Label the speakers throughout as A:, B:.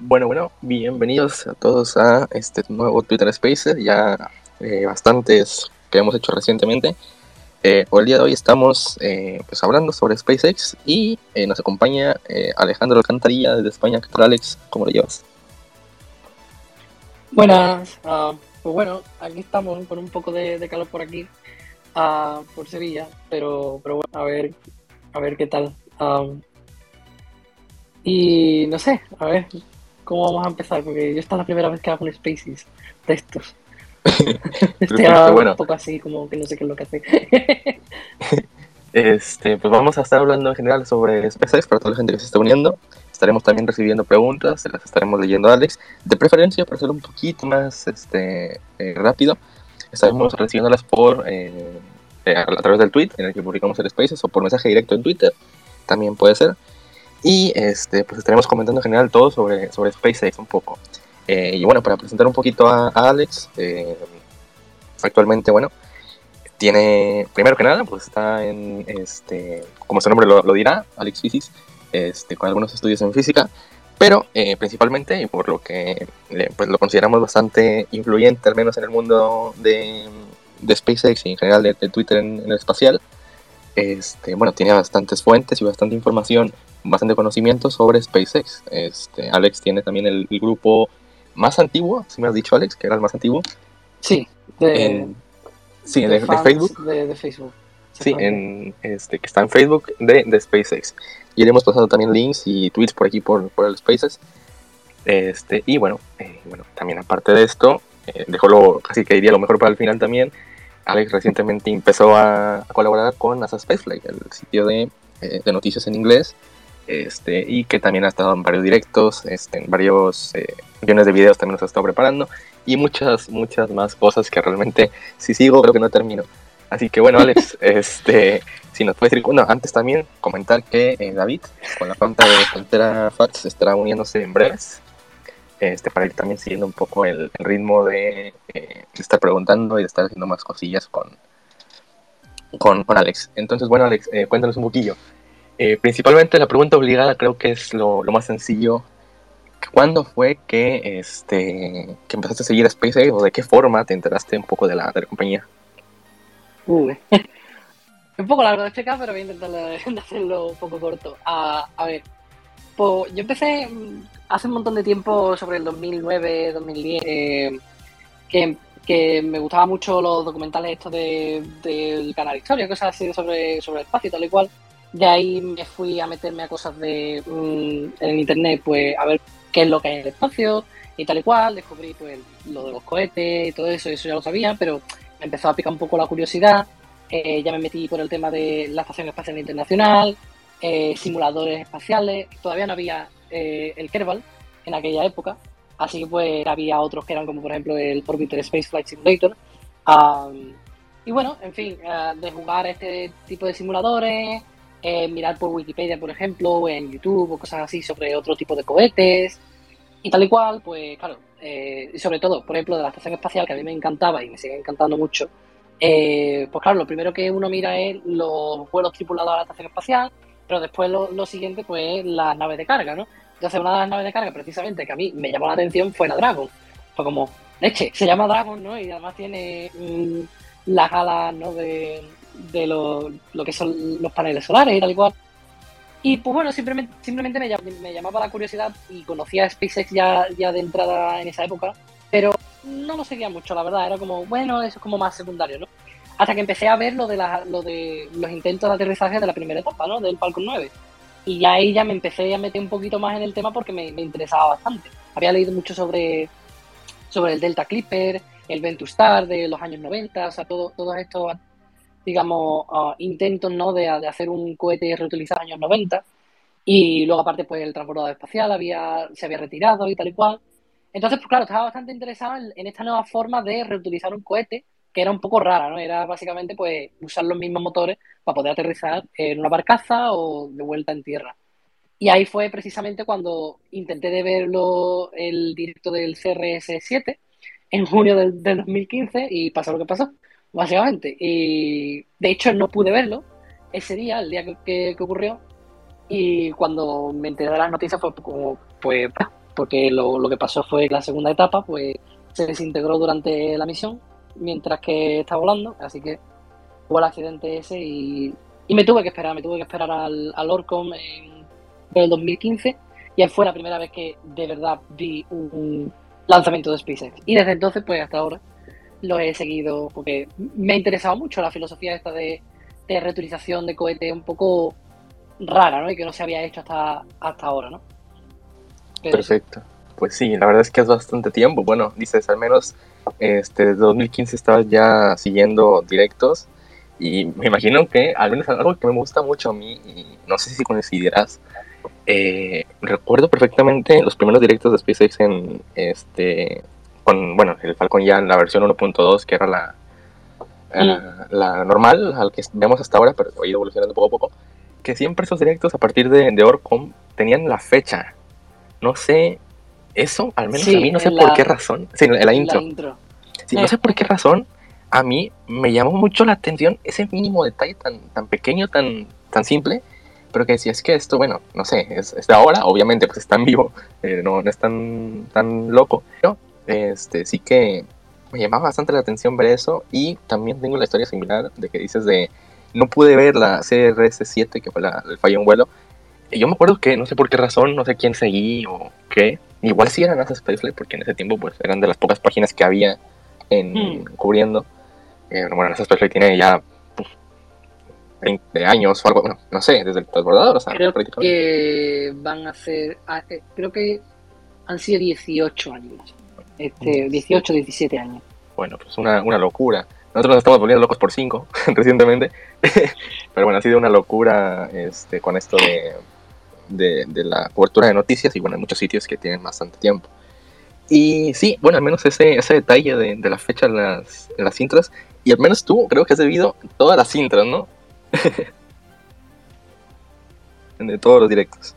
A: Bueno, bienvenidos a todos a este nuevo Twitter Spaces, ya bastantes que hemos hecho recientemente. Hoy el día de hoy estamos pues hablando sobre SpaceX y nos acompaña Alejandro Alcantarilla desde España. ¿Qué tal, Alex? ¿Cómo lo llevas?
B: Buenas, pues bueno, aquí estamos con un poco de calor por aquí, por Sevilla, pero bueno, a ver qué tal. Y no sé, a ver cómo vamos a empezar, porque yo esta es la primera vez que hago un Spaces de estos. Estoy
A: Perfecto,
B: un
A: bueno,
B: poco así, como que no sé qué es lo que hace.
A: pues vamos a estar hablando en general sobre SpaceX para toda la gente que se está uniendo. Estaremos también recibiendo preguntas, se las estaremos leyendo a Alex. De preferencia, para hacerlo un poquito más rápido, estaremos recibiéndolas a través del tweet en el que publicamos el Spaces o por mensaje directo en Twitter, también puede ser. Y pues estaremos comentando en general todo sobre SpaceX un poco. Y bueno, para presentar un poquito a Alex, actualmente, bueno, tiene, primero que nada, pues está en, como su nombre lo dirá, Alex Physics, con algunos estudios en física, pero principalmente, y por lo que pues lo consideramos bastante influyente, al menos en el mundo de SpaceX y en general de Twitter en el espacial, bueno, tiene bastantes fuentes y bastante información, bastante conocimiento sobre SpaceX. Alex tiene también el grupo más antiguo, si me has dicho, Alex, que era el más antiguo,
B: Sí, de,
A: en, sí,
B: de
A: de
B: fans
A: Facebook.
B: de Facebook,
A: Sí,
B: exactamente.
A: que está en Facebook de SpaceX. Y iremos pasando también links y tweets por aquí por el Spaces. Y bueno, también aparte de esto, casi que diría lo mejor para el final también. Alex recientemente empezó a colaborar con NASA Spaceflight, el sitio de noticias en inglés, y que también ha estado en varios directos, en varios guiones de videos también nos ha estado preparando, y muchas más cosas que realmente, si sigo, creo que no termino. Así que bueno, Alex, si nos puedes decir, bueno, antes también comentar que David, con la cuenta de Frontera Facts, estará uniéndose en breves, para ir también siguiendo un poco el ritmo de estar preguntando y de estar haciendo más cosillas con Alex. Entonces, bueno, Alex, cuéntanos un poquillo. Principalmente la pregunta obligada creo que es lo más sencillo. ¿Cuándo fue que empezaste a seguir a SpaceX o de qué forma te enteraste un poco de la compañía?
B: Uh, un poco largo de explicar, pero voy a intentar de hacerlo un poco corto. A ver. Pues yo empecé hace un montón de tiempo, sobre el 2009, 2010, que me gustaban mucho los documentales estos del canal Historia, cosas así sobre el espacio y tal y cual. De ahí me fui a meterme a cosas en internet, pues a ver qué es lo que hay en el espacio y tal y cual. Descubrí pues lo de los cohetes y todo eso, eso ya lo sabía, pero me empezó a picar un poco la curiosidad. Ya me metí por el tema de la Estación Espacial Internacional, simuladores espaciales. Todavía no había el Kerbal en aquella época, así que pues había otros que eran como por ejemplo el Orbiter Space Flight Simulator. Y bueno, en fin, de jugar este tipo de simuladores, mirar por Wikipedia, por ejemplo, o en YouTube o cosas así sobre otro tipo de cohetes y tal y cual, pues claro, y sobre todo, por ejemplo, de la estación espacial, que a mí me encantaba y me sigue encantando mucho, pues claro, lo primero que uno mira es los vuelos tripulados a la estación espacial, pero después lo siguiente, pues las naves de carga, ¿no? Entonces, una de las naves de carga, precisamente, que a mí me llamó la atención fue la Dragon. Fue como, leche, se llama Dragon, ¿no? Y además tiene las alas, ¿no? De lo que son los paneles solares y tal y cual. Y pues bueno, simplemente me llamaba la curiosidad y conocía a SpaceX ya de entrada en esa época, pero no lo seguía mucho, la verdad. Era como, bueno, eso es como más secundario, ¿no? Hasta que empecé a ver lo de los intentos de aterrizaje de la primera etapa, ¿no? Del Falcon 9. Y ya ahí ya me empecé a meter un poquito más en el tema porque me interesaba bastante. Había leído mucho sobre el Delta Clipper, el Ventus Star de los años 90, o sea, todos estos, digamos, intentos, ¿no? De hacer un cohete reutilizado en los años 90. Y luego, aparte, pues el transbordador espacial se había retirado y tal y cual. Entonces, pues claro, estaba bastante interesado en esta nueva forma de reutilizar un cohete que era un poco rara, ¿no? Era básicamente pues usar los mismos motores para poder aterrizar en una barcaza o de vuelta en tierra. Y ahí fue precisamente cuando intenté de verlo el directo del CRS-7 en junio del 2015 y pasó lo que pasó, básicamente. Y de hecho no pude verlo ese día, el día que ocurrió, y cuando me enteré de las noticias fue como, pues, porque lo que pasó fue que la segunda etapa pues se desintegró durante la misión mientras que estaba volando, así que hubo el accidente ese y me tuve que esperar al Orcom en el 2015 y fue la primera vez que de verdad vi un lanzamiento de SpaceX. Y desde entonces, pues hasta ahora, lo he seguido porque me ha interesado mucho la filosofía esta de reutilización de cohetes un poco rara, ¿no? Y que no se había hecho hasta ahora, ¿no? Pero sí.
A: Perfecto. Pues sí, la verdad es que es bastante tiempo. Bueno, dices, al menos desde 2015 estabas ya siguiendo directos y me imagino que al menos algo que me gusta mucho a mí, y no sé si coincidirás, recuerdo perfectamente los primeros directos de SpaceX con, bueno, el Falcon ya en la versión 1.2, que era la normal, al que vemos hasta ahora, pero ha ido evolucionando poco a poco, que siempre esos directos a partir de Orcom tenían la fecha. No sé, eso, al menos a
B: Sí,
A: mí, no sé por qué razón. Sí, en la
B: en la
A: intro.
B: intro.
A: Sí, no sé por qué razón, a mí me llamó mucho la atención ese mínimo detalle tan pequeño, tan simple, pero que decía, es que esto, bueno, no sé, es de ahora, obviamente, pues está en vivo, no es tan loco, pero sí que me llamaba bastante la atención ver eso, y también tengo la historia similar de que dices no pude ver la CRS-7, que fue el fallo en vuelo. Yo me acuerdo que no sé por qué razón, no sé quién seguí o qué. Igual sí eran NASA Spaceflight, porque en ese tiempo pues eran de las pocas páginas que había cubriendo. Bueno, NASA Spaceflight tiene ya 20 años o algo, bueno, no sé, desde el transbordador, o sea,
B: Creo
A: prácticamente.
B: que van a ser, creo que han sido 18 años, 18, 17 años.
A: Bueno, pues una locura. Nosotros nos estamos volviendo locos por 5 recientemente. Pero bueno, ha sido una locura con esto de la cobertura de noticias, y bueno, hay muchos sitios que tienen bastante tiempo. Y sí, bueno, al menos ese detalle de la fecha en las intros, y al menos tú creo que has debido todas las intros, ¿no? De todos los directos.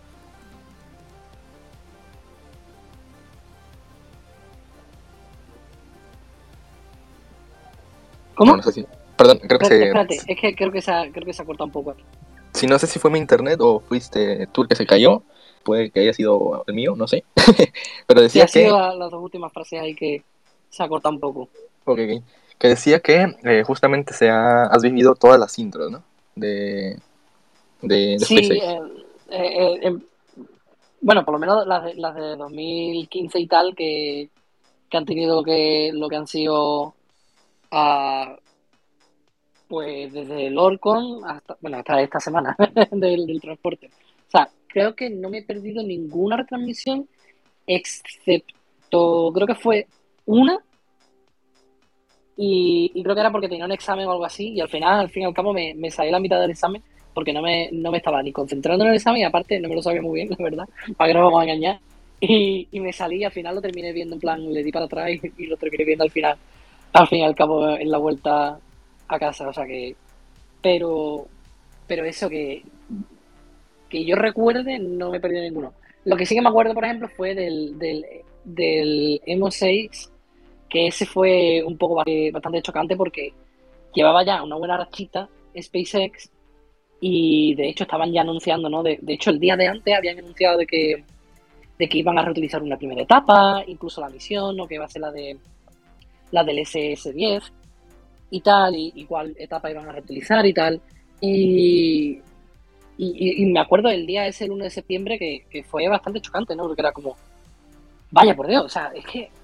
A: No, no
B: ¿Cómo?
A: sé si... Perdón, creo que
B: Espérate, es que creo que se ha cortado un poco aquí.
A: si no sé si fue mi internet o fuiste tú el que se cayó, puede que haya sido el mío, no sé. Pero
B: Sí,
A: decía
B: ha sido
A: que...
B: las dos últimas frases ahí que se ha cortado un poco.
A: Ok, que decía que justamente has vivido todas las intros, ¿no? De
B: Sí,
A: SpaceX.
B: bueno, por lo menos las de 2015 y tal, que han tenido lo que han sido, ah, pues desde el Orcon hasta, bueno, hasta esta semana del transporte. O sea, creo que no me he perdido ninguna retransmisión, excepto, creo que fue una, y creo que era porque tenía un examen o algo así, y al fin y al cabo me salí a la mitad del examen porque no me estaba ni concentrando en el examen y aparte no me lo sabía muy bien, la verdad, para que no me vamos a engañar. Y me salí y al final lo terminé viendo en plan, le di para atrás y lo terminé viendo al fin y al cabo en la vuelta a casa, o sea que, pero, pero eso que yo recuerde no me he perdido ninguno. Lo que sí que me acuerdo, por ejemplo, fue del Emo 6, que ese fue un poco bastante chocante porque llevaba ya una buena rachita SpaceX y de hecho estaban ya anunciando, ¿no? De hecho, el día de antes habían anunciado de que iban a reutilizar una primera etapa, incluso la misión, ¿no? Que iba a ser la del SS-10 y tal, y cuál etapa iban a reutilizar y tal. Y, y me acuerdo del día ese, el 1 de septiembre, que fue bastante chocante, ¿no? Porque era como, vaya por Dios, o sea, es que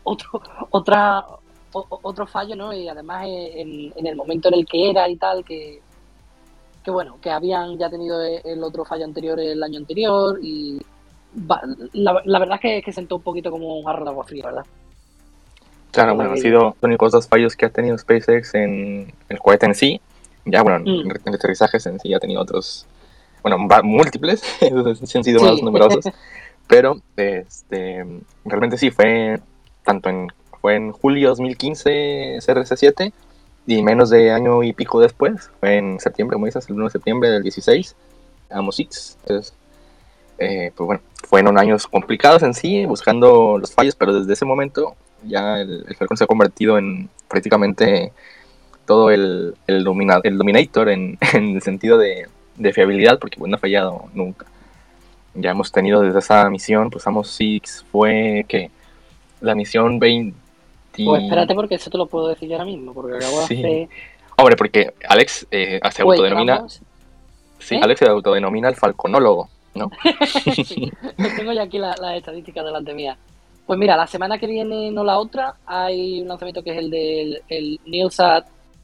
B: otro fallo, ¿no? Y además en el momento en el que era y tal, que bueno, que habían ya tenido el otro fallo anterior el año anterior y la verdad es que sentó un poquito como un jarro de agua fría, ¿verdad?
A: Claro,
B: Todo
A: bueno, han
B: aquello.
A: sido los únicos dos fallos que ha tenido SpaceX en el cohete en sí. Ya, bueno,
B: Mm,
A: en aterrizajes en sí ha tenido otros, bueno, múltiples, sí han sido más
B: sí,
A: numerosos, pero realmente sí, fue en julio 2015 CRS-7, y menos de año y pico después, fue en septiembre, como dices, el 1 de septiembre del 16, Amos 6. Entonces, pues bueno, fueron años complicados en sí, buscando los fallos, pero desde ese momento ya el Falcon se ha convertido en prácticamente todo el Dominator en el sentido de fiabilidad, porque pues, no ha fallado nunca. ya hemos tenido desde esa misión, pues Amos 6 fue que la misión 20...
B: Pues espérate, porque eso te lo puedo decir yo ahora mismo, porque acabo de
A: Sí,
B: hacer...
A: hombre, porque Alex se
B: Pues
A: autodenomina,
B: llevamos...
A: sí,
B: ¿Eh?
A: Alex se autodenomina el falconólogo, ¿no?
B: Sí, tengo ya aquí las estadísticas delante mía. Pues mira, la semana que viene, no la otra, hay un lanzamiento que es el del el Neosat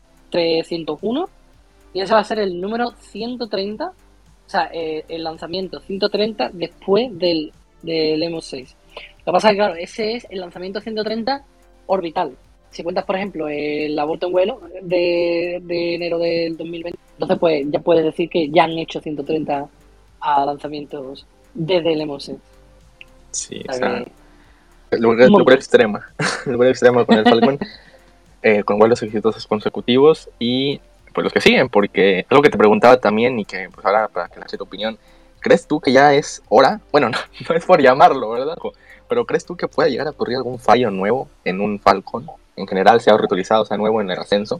B: 301 y ese va a ser el número 130, o sea, el lanzamiento 130 después del EMO 6. Lo que pasa es que, claro, ese es el lanzamiento 130 orbital. Si cuentas, por ejemplo, el aborto en vuelo de enero del 2020, entonces pues ya puedes decir que ya han hecho 130 lanzamientos desde el EMO 6.
A: Sí,
B: O
A: o
B: sea
A: sea,
B: que un
A: locura
B: montón.
A: extrema, locura extrema con el Falcon, con vuelos exitosos consecutivos y pues los que siguen, porque algo que te preguntaba también y que pues ahora para que le eche tu opinión, ¿crees tú que ya es hora? Bueno, no, no es por llamarlo, ¿verdad? Pero ¿crees tú que pueda llegar a ocurrir algún fallo nuevo en un Falcon? En general, sea reutilizado, sea nuevo en el ascenso.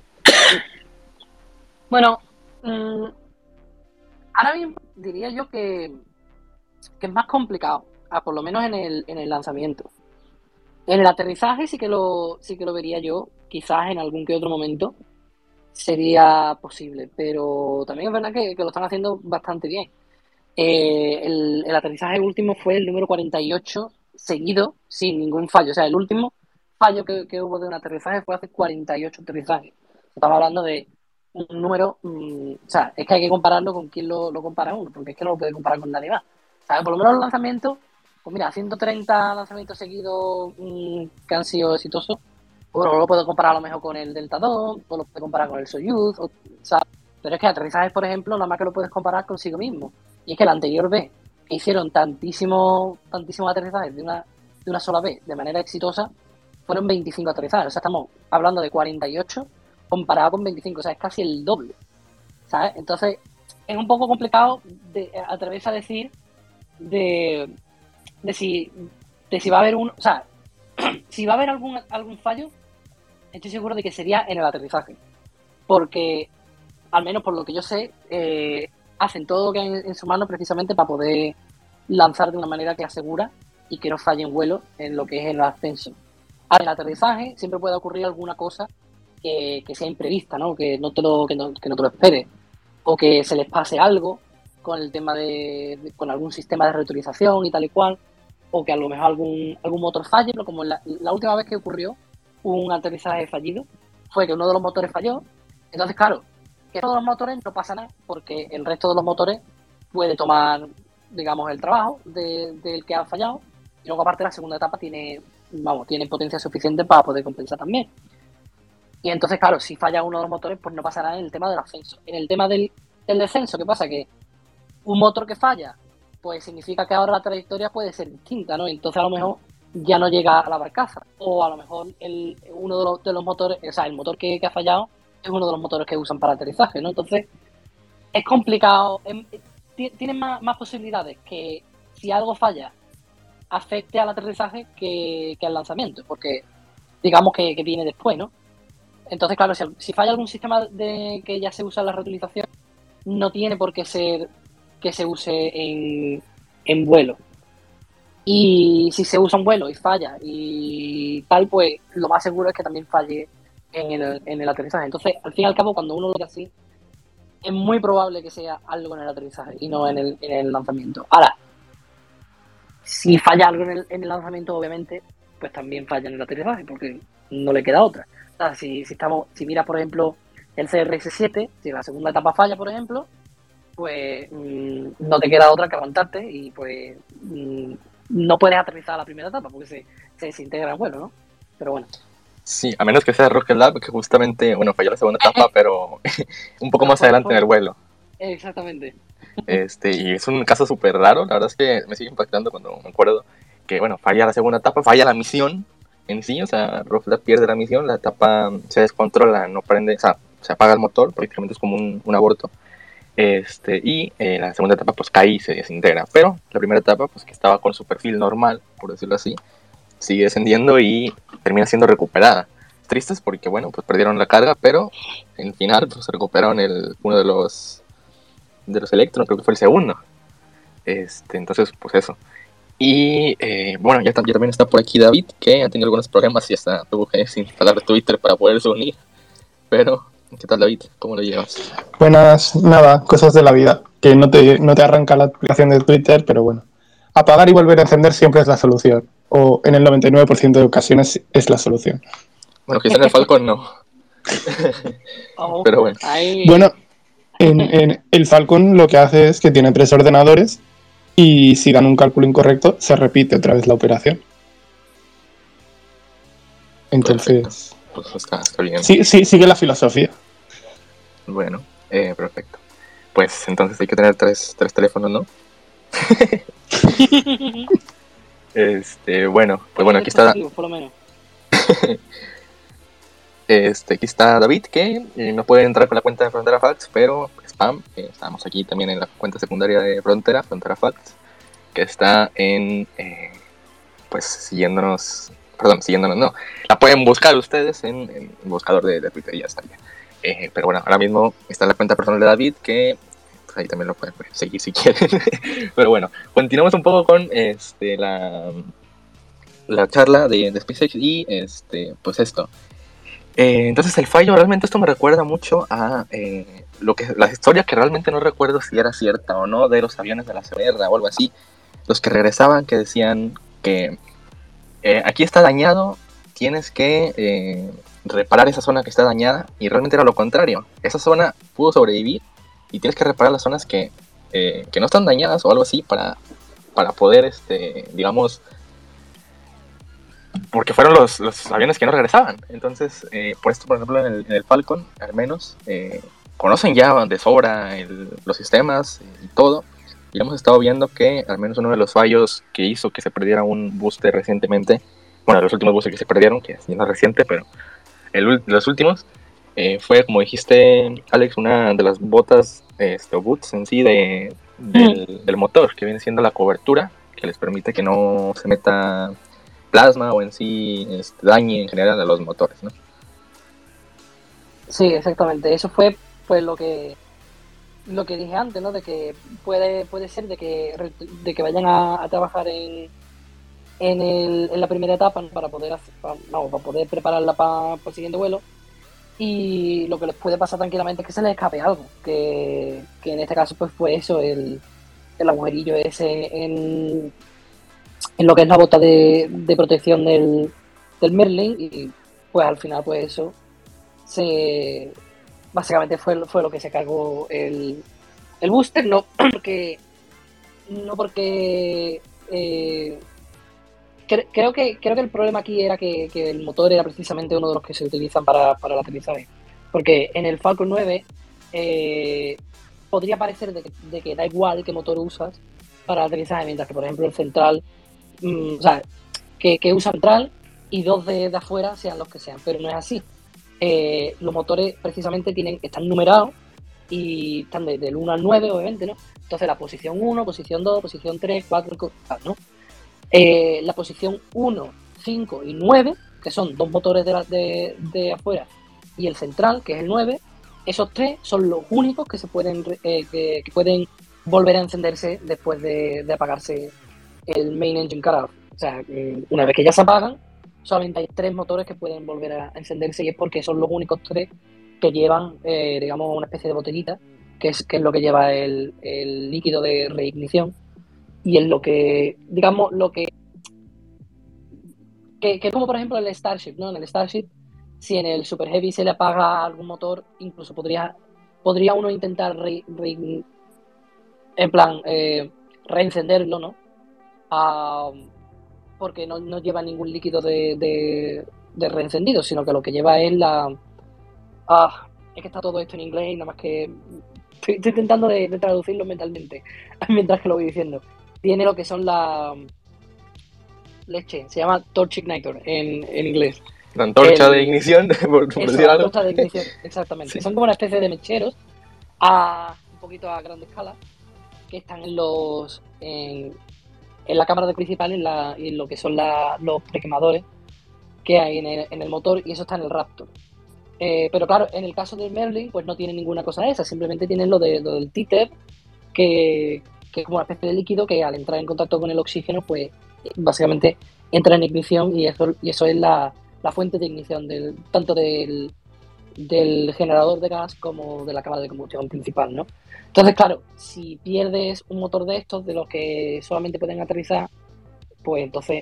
B: Bueno, mmm, ahora mismo diría yo que es más complicado, por lo menos en el lanzamiento. En el aterrizaje sí que lo vería yo, quizás en algún que otro momento sería posible, pero también es verdad que lo están haciendo bastante bien. El aterrizaje último fue el número 48 seguido, sin ningún fallo. O sea, el último fallo que hubo de un aterrizaje fue hace 48 aterrizajes. Estamos hablando de un número, o sea, es que hay que compararlo con quién lo compara uno, porque es que no lo puede comparar con nadie más. O sea, por lo menos los lanzamientos, pues mira, 130 lanzamientos seguidos que han sido exitosos, bueno, lo puedo comparar a lo mejor con el Delta 2, o lo puedo comparar con el Soyuz, o sea, pero es que aterrizajes, por ejemplo, nada más que lo puedes comparar consigo mismo. Y es que la anterior vez que hicieron tantísimos aterrizajes de una sola vez de manera exitosa, fueron 25 aterrizajes. O sea, estamos hablando de 48 comparado con 25. O sea, es casi el doble. ¿Sabes? Entonces, es un poco complicado de atreverse a decir de, de si, de si va a haber un... O sea, si va a haber algún fallo, estoy seguro de que sería en el aterrizaje. Porque, al menos por lo que yo sé, hacen todo lo que hay en su mano precisamente para poder lanzar de una manera que asegura y que no falle en vuelo en lo que es el ascenso. Ahora, en el aterrizaje siempre puede ocurrir alguna cosa que sea imprevista, ¿no? Que no te lo esperes. O que se les pase algo con el tema con algún sistema de reutilización y tal y cual. O que a lo mejor algún motor falle, pero como la última vez que ocurrió un aterrizaje fallido, fue que uno de los motores falló. Entonces, claro, que todos los motores no pasa nada, porque el resto de los motores puede tomar, digamos, el trabajo del que ha fallado, y luego aparte la segunda etapa tiene potencia suficiente para poder compensar también. Y entonces, claro, si falla uno de los motores, pues no pasa nada en el tema del ascenso. En el tema del descenso, ¿qué pasa? Que un motor que falla, pues significa que ahora la trayectoria puede ser distinta, ¿no? Entonces a lo mejor ya no llega a la barcaza. O a lo mejor uno de los motores, o sea, el motor que ha fallado es uno de los motores que usan para aterrizaje, ¿no? Entonces es complicado, tienen más posibilidades que si algo falla afecte al aterrizaje que al lanzamiento, porque digamos que viene después, ¿no? Entonces, claro, si falla algún sistema que ya se usa en la reutilización, no tiene por qué ser que se use en vuelo. Y si se usa en vuelo y falla y tal, pues lo más seguro es que también falle en el aterrizaje. Entonces, al fin y al cabo, cuando uno lo ve así, es muy probable que sea algo en el aterrizaje y no en el lanzamiento. Ahora, si falla algo en el lanzamiento, obviamente, pues también falla en el aterrizaje, porque no le queda otra. O sea, si miras, por ejemplo, el CRS-7, si la segunda etapa falla, por ejemplo, pues no te queda otra que aguantarte y pues no puedes aterrizar la primera etapa porque se desintegra el vuelo, ¿no? Pero bueno.
A: Sí, a menos que sea Rocket Lab, que justamente, bueno, falló la segunda etapa, pero un poco más adelante en el vuelo.
B: Exactamente.
A: Y es un caso súper raro, la verdad es que me sigue impactando cuando me acuerdo que, bueno, falla la segunda etapa, falla la misión en sí, o sea, Rocket Lab pierde la misión, la etapa se descontrola, no prende, o sea, se apaga el motor, prácticamente es como un aborto. La segunda etapa pues cae y se desintegra, pero la primera etapa pues que estaba con su perfil normal, por decirlo así, sigue descendiendo y termina siendo recuperada. Tristes porque bueno, pues perdieron la carga, pero en final pues recuperaron uno de los Electron, creo que fue el segundo. Entonces, pues eso. Y bueno, ya también está por aquí David, que ha tenido algunos problemas y hasta tuvo que instalar Twitter para poderse unir. Pero, ¿qué tal, David? ¿Cómo lo llevas?
C: Buenas, nada, cosas de la vida, que no te arranca la aplicación de Twitter, pero bueno. Apagar y volver a encender siempre es la solución, o en el 99% de ocasiones es la solución.
A: Bueno, quizá en el Falcon no. Pero bueno.
C: Bueno, en el Falcon lo que hace es que tiene 3 ordenadores y si dan un cálculo incorrecto, se repite otra vez la operación. Entonces,
A: pues está bien.
C: Sí, sigue la filosofía.
A: Bueno, perfecto. Pues entonces hay que tener tres teléfonos, ¿no? Bueno, pues bueno, aquí está.
B: Por lo menos.
A: Aquí está David, que no puede entrar con la cuenta de Frontera Facts, pero spam, estamos aquí también en la cuenta secundaria de Frontera Facts, que está en, pues siguiéndonos no, la pueden buscar ustedes en el buscador de Twitter y ya estaría. Pero bueno, ahora mismo está la cuenta personal de David, que pues, ahí también lo pueden seguir si quieren. Pero bueno, continuamos un poco con la charla de SpaceX y pues esto. Entonces el fallo, realmente esto me recuerda mucho a las historias que realmente no recuerdo si era cierta o no, de los aviones de la guerra o algo así, los que regresaban que decían que aquí está dañado, tienes que reparar esa zona que está dañada, y realmente era lo contrario, esa zona pudo sobrevivir y tienes que reparar las zonas que no están dañadas o algo así para poder, digamos, porque fueron los aviones que no regresaban. Entonces, por esto, por ejemplo, en el Falcon, al menos, conocen ya de sobra los sistemas y todo. Y hemos estado viendo que al menos uno de los fallos que hizo que se perdiera un booster recientemente, bueno, los últimos boosters que se perdieron, que no es reciente, pero los últimos, fue, como dijiste, Alex, una de las botas o boots en sí del motor, que viene siendo la cobertura, que les permite que no se meta plasma o en sí dañe en general a los motores, ¿no?
B: Sí, exactamente. Eso fue pues lo que dije antes, ¿no? De que puede ser de que vayan a trabajar en la primera etapa, ¿no? para poder prepararla para el siguiente vuelo, y lo que les puede pasar tranquilamente es que se les escape algo, que en este caso pues fue eso, el agujerillo ese en lo que es la bota de protección del Merlin, y pues al final pues eso básicamente fue lo que se cargó el booster, no porque creo que el problema aquí era que el motor era precisamente uno de los que se utilizan para el aterrizaje, porque en el Falcon 9 podría parecer de que da igual qué motor usas para el aterrizaje, mientras que por ejemplo el central, o sea, que usa central y dos de afuera sean los que sean, pero no es así. Los motores precisamente están numerados y están del 1 al 9, obviamente, ¿no? Entonces la posición 1, posición 2, posición 3, 4, ¿no? La posición 1, 5 y 9, que son dos motores de afuera, y el central, que es el 9, esos tres son los únicos que se pueden que pueden volver a encenderse después de apagarse el main engine cutoff. O sea, una vez que ya se apagan, solamente hay tres motores que pueden volver a encenderse, y es porque son los únicos tres que llevan, digamos, una especie de botellita, que es lo que lleva el líquido de reignición, y es lo que, digamos, que como por ejemplo el Starship, ¿no? En el Starship, si en el Super Heavy se le apaga algún motor, incluso podría uno intentar reencenderlo, ¿no? Porque no lleva ningún líquido de reencendido, sino que lo que lleva es es que está todo esto en inglés y nada más que estoy intentando de traducirlo mentalmente mientras que lo voy diciendo. Tiene lo que son leche, se llama torch igniter en inglés.
A: La antorcha de ignición, por decir algo.
B: La antorcha de ignición, exactamente. Sí. Son como una especie de mecheros un poquito a gran escala, que están en la cámara de principal y en lo que son los prequemadores que hay en el motor, y eso está en el Raptor. Pero claro, en el caso del Merlin pues no tiene ninguna cosa de esa, simplemente tienen lo del TTEP, que que es como una especie de líquido que al entrar en contacto con el oxígeno, pues básicamente entra en ignición y eso es la fuente de ignición tanto del generador de gas como de la cámara de combustión principal, ¿no? Entonces, claro, si pierdes un motor de estos, de los que solamente pueden aterrizar, pues entonces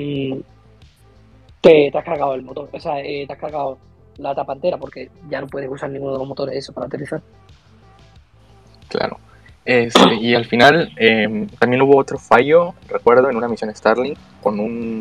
B: te has cargado el motor, o sea, te has cargado la tapa entera porque ya no puedes usar ninguno de los motores eso para aterrizar.
A: Claro. Y al final también hubo otro fallo, recuerdo, en una misión Starlink con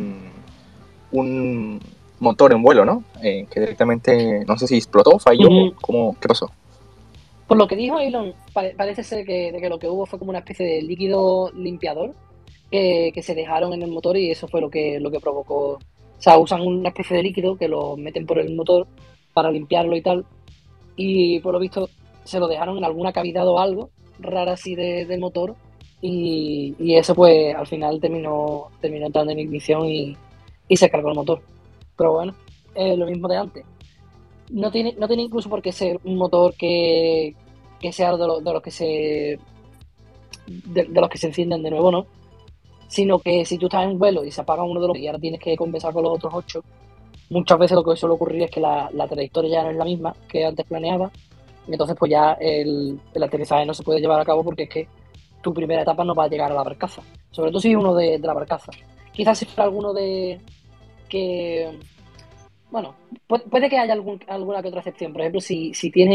A: un motor en vuelo, ¿no? Que directamente, no sé si explotó, falló, ¿qué pasó?
B: Por lo que dijo Elon, parece ser que lo que hubo fue como una especie de líquido limpiador que se dejaron en el motor y eso fue lo que provocó. O sea, usan una especie de líquido que lo meten por el motor para limpiarlo y tal. Y por lo visto se lo dejaron en alguna cavidad o algo rara así del motor. Y eso pues al final terminó entrando en ignición y se cargó el motor. Pero bueno, lo mismo de antes. No tiene incluso por qué ser un motor que sea de los que se de los que se encienden de nuevo, ¿no? Sino que si tú estás en vuelo y se apaga uno de los y ahora tienes que compensar con los otros 8, muchas veces lo que suele ocurrir es que la trayectoria ya no es la misma que antes planeaba y entonces pues ya el aterrizaje no se puede llevar a cabo porque es que tu primera etapa no va a llegar a la barcaza, sobre todo si es uno de la barcaza. Quizás si fuera alguno de que bueno, puede que haya alguna que otra excepción. Por ejemplo, si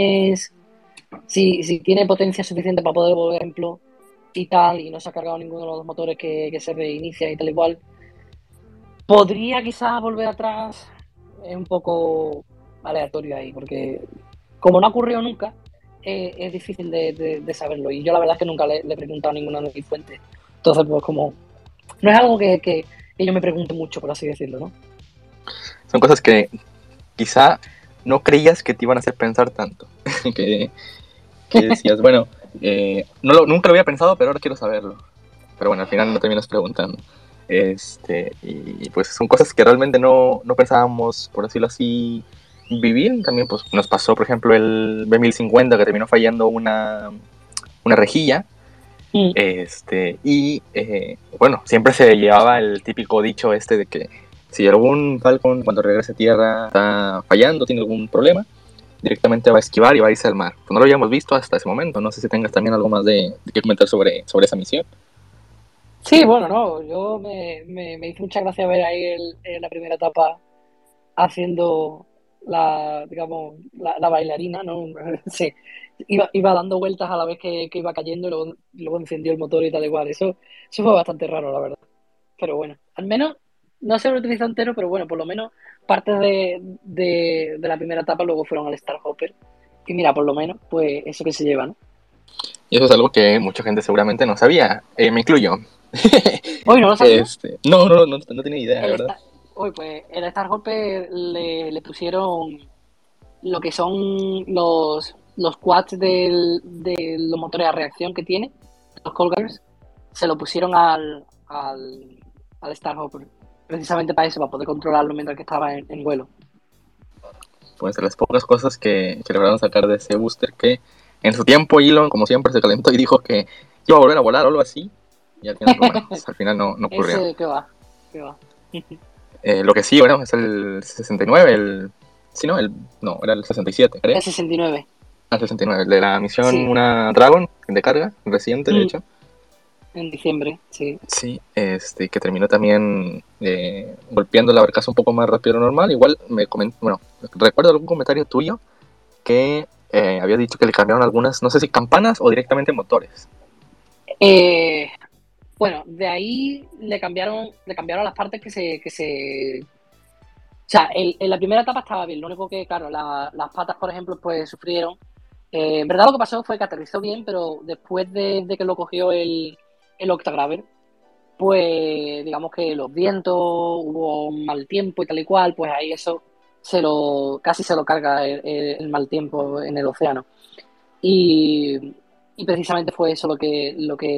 B: tiene potencia suficiente para poder volver, por ejemplo, y tal, y no se ha cargado ninguno de los dos motores que se reinicia y tal igual, podría quizás volver atrás. Es un poco aleatorio ahí, porque como no ha ocurrido nunca, es difícil de saberlo. Y yo la verdad es que nunca le he preguntado a ninguna de mis fuentes. Entonces, pues como no es algo que yo me pregunte mucho, por así decirlo, ¿no?
A: Son cosas que quizá no creías que te iban a hacer pensar tanto. que decías, bueno, nunca lo había pensado, pero ahora quiero saberlo. Pero bueno, al final no terminas preguntando. Y pues son cosas que realmente no pensábamos, por decirlo así, vivir. También pues nos pasó, por ejemplo, el B1050 que terminó fallando una rejilla. Bueno, siempre se llevaba el típico dicho de que si algún Falcon cuando regrese a tierra está fallando, tiene algún problema, directamente va a esquivar y va a irse al mar. Pues no lo habíamos visto hasta ese momento. No sé si tengas también algo más de que comentar sobre esa misión.
B: Sí, bueno, no, yo me hizo mucha gracia ver ahí la primera etapa haciendo digamos, la bailarina, ¿no? Sí, iba dando vueltas a la vez que iba cayendo y luego encendió el motor y tal igual. Eso fue bastante raro, la verdad. Pero bueno, al menos no se lo utilizó entero, pero bueno, por lo menos partes de la primera etapa luego fueron al Starhopper. Y mira, por lo menos, pues eso que se lleva, ¿no?
A: Y eso es algo que mucha gente seguramente no sabía, me incluyo.
B: Hoy no lo sabía.
A: No tenía idea, la verdad.
B: Hoy, pues, el Starhopper le pusieron lo que son los quads de los motores a reacción que tiene, los Colgars, se lo pusieron al Starhopper, precisamente para eso, para poder controlarlo mientras que estaba en vuelo.
A: Pues de las pocas cosas que lograron sacar de ese booster, que en su tiempo Elon, como siempre, se calentó y dijo que iba a volver a volar o algo así, y al final, bueno, pues, al final no ocurrió.
B: Ese, ¿qué va?
A: Lo que sí, bueno, es el 69, sí, ¿no? Era el 67, creo.
B: El 69.
A: El 69, el de la misión
B: Sí.
A: Una Dragon, de carga, reciente, de hecho.
B: En diciembre, sí.
A: Sí, que terminó también golpeando la barcaza un poco más rápido de lo normal. Igual recuerdo algún comentario tuyo que había dicho que le cambiaron algunas, no sé si campanas o directamente motores.
B: Bueno, de ahí le cambiaron las partes que se... O sea, en la primera etapa estaba bien, lo único que, claro, las patas, por ejemplo, pues sufrieron. En verdad lo que pasó fue que aterrizó bien, pero después de que lo cogió el Octagraver, pues digamos que los vientos, hubo un mal tiempo y tal y cual, pues ahí eso casi se lo carga el mal tiempo en el océano. Y precisamente fue eso lo que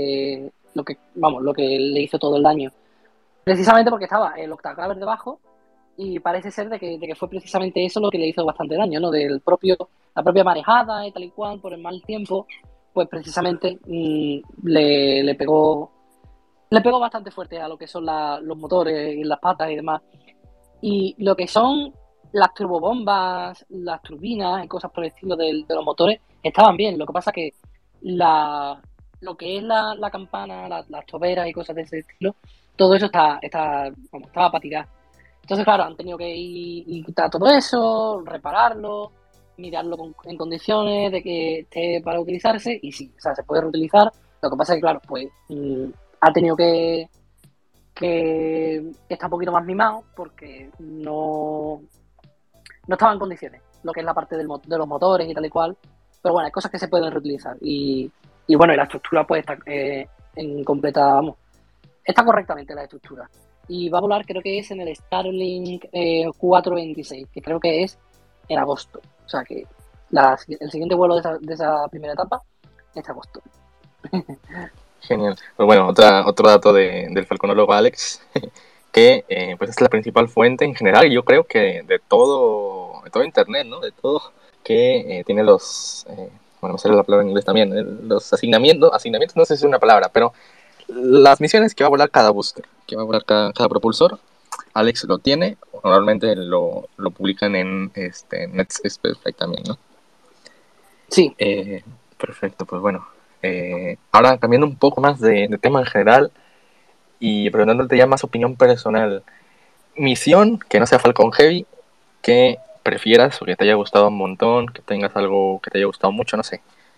B: le hizo todo el daño. Precisamente porque estaba el Octagraver debajo y parece ser de que fue precisamente eso lo que le hizo bastante daño, ¿no? La propia marejada y tal y cual, por el mal tiempo, pues precisamente le pegó bastante fuerte a lo que son los motores y las patas y demás. Y lo que son las turbobombas, las turbinas y cosas por el estilo de los motores estaban bien. Lo que pasa que lo que es la campana, las toberas y cosas de ese estilo, todo eso estaba para tirar. Entonces, claro, han tenido que ir y quitar todo eso, repararlo, mirarlo en condiciones de que esté para utilizarse, y sí, o sea, se puede reutilizar. Lo que pasa es que, claro, pues ha tenido que está un poquito más mimado porque no estaba en condiciones, lo que es la parte de los motores y tal y cual. Pero bueno, hay cosas que se pueden reutilizar. Y bueno, y la estructura pues está en completa, vamos, está correctamente la estructura. Y va a volar, creo que es en el Starlink 426, que creo que es en agosto. O sea que el siguiente vuelo de esa primera etapa es agosto.
A: Genial. Pues bueno, otro dato del falconólogo Alex, que pues es la principal fuente en general, yo creo que de todo internet, ¿no? De todo que tiene los, bueno, me sale la palabra en inglés también, los asignamientos, no sé si es una palabra, pero las misiones que va a volar cada booster, que va a volar cada propulsor, Alex lo tiene, normalmente lo publican en Nets Space Flight también, ¿no?
B: Sí.
A: Perfecto, pues bueno. Ahora cambiando un poco más de tema en general y preguntándote ya más opinión personal. Misión que no sea Falcon Heavy, que prefieras o que te haya gustado un montón, que tengas algo que te haya gustado mucho, no sé.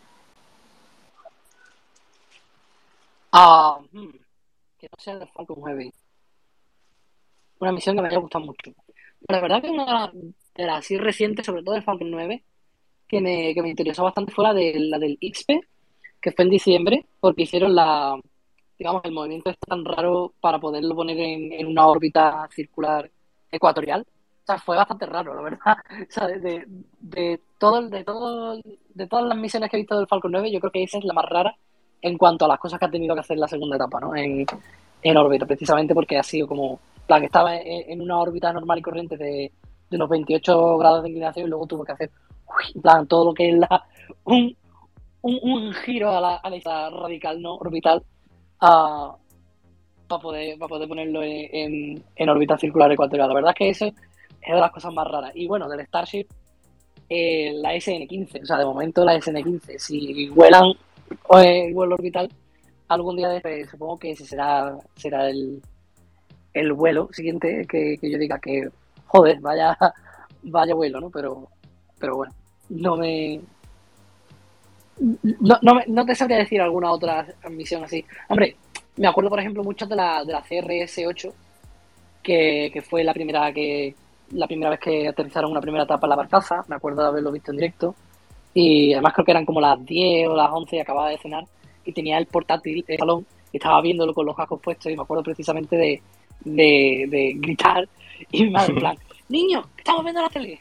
B: Que no sea de Falcon 9. Una misión que me haya gustado mucho. La verdad que una de las así recientes, sobre todo el Falcon 9, que me interesó bastante fue la del XP, que fue en diciembre, porque hicieron digamos, el movimiento este tan raro para poderlo poner en una órbita circular ecuatorial. O sea, fue bastante raro, la verdad. O sea, de todas las misiones que he visto del Falcon 9, yo creo que esa es la más rara en cuanto a las cosas que ha tenido que hacer la segunda etapa, ¿no? En órbita, precisamente porque ha sido como, plan, que estaba en una órbita normal y corriente de unos 28 grados de inclinación y luego tuvo que hacer, en plan, todo lo que es un giro a la isla radical, ¿no? Orbital, para poder ponerlo en órbita circular ecuatorial. La verdad es que eso es de las cosas más raras. Y bueno, del Starship, la SN-15, o sea, de momento la SN-15, si vuelan el vuelo orbital algún día después, supongo que ese será el vuelo siguiente que yo diga que, joder, vaya vuelo, ¿no? Pero bueno, no te sabría decir alguna otra misión así. Hombre, me acuerdo, por ejemplo, mucho de la CRS-8, que fue la primera vez que aterrizaron una primera etapa en la barcaza. Me acuerdo de haberlo visto en directo. Y además creo que eran como las 10 o las 11 y acababa de cenar. Y tenía el portátil en el salón y estaba viéndolo con los cascos puestos. Y me acuerdo precisamente de gritar. Y mi madre, en plan, niño, estamos viendo la tele.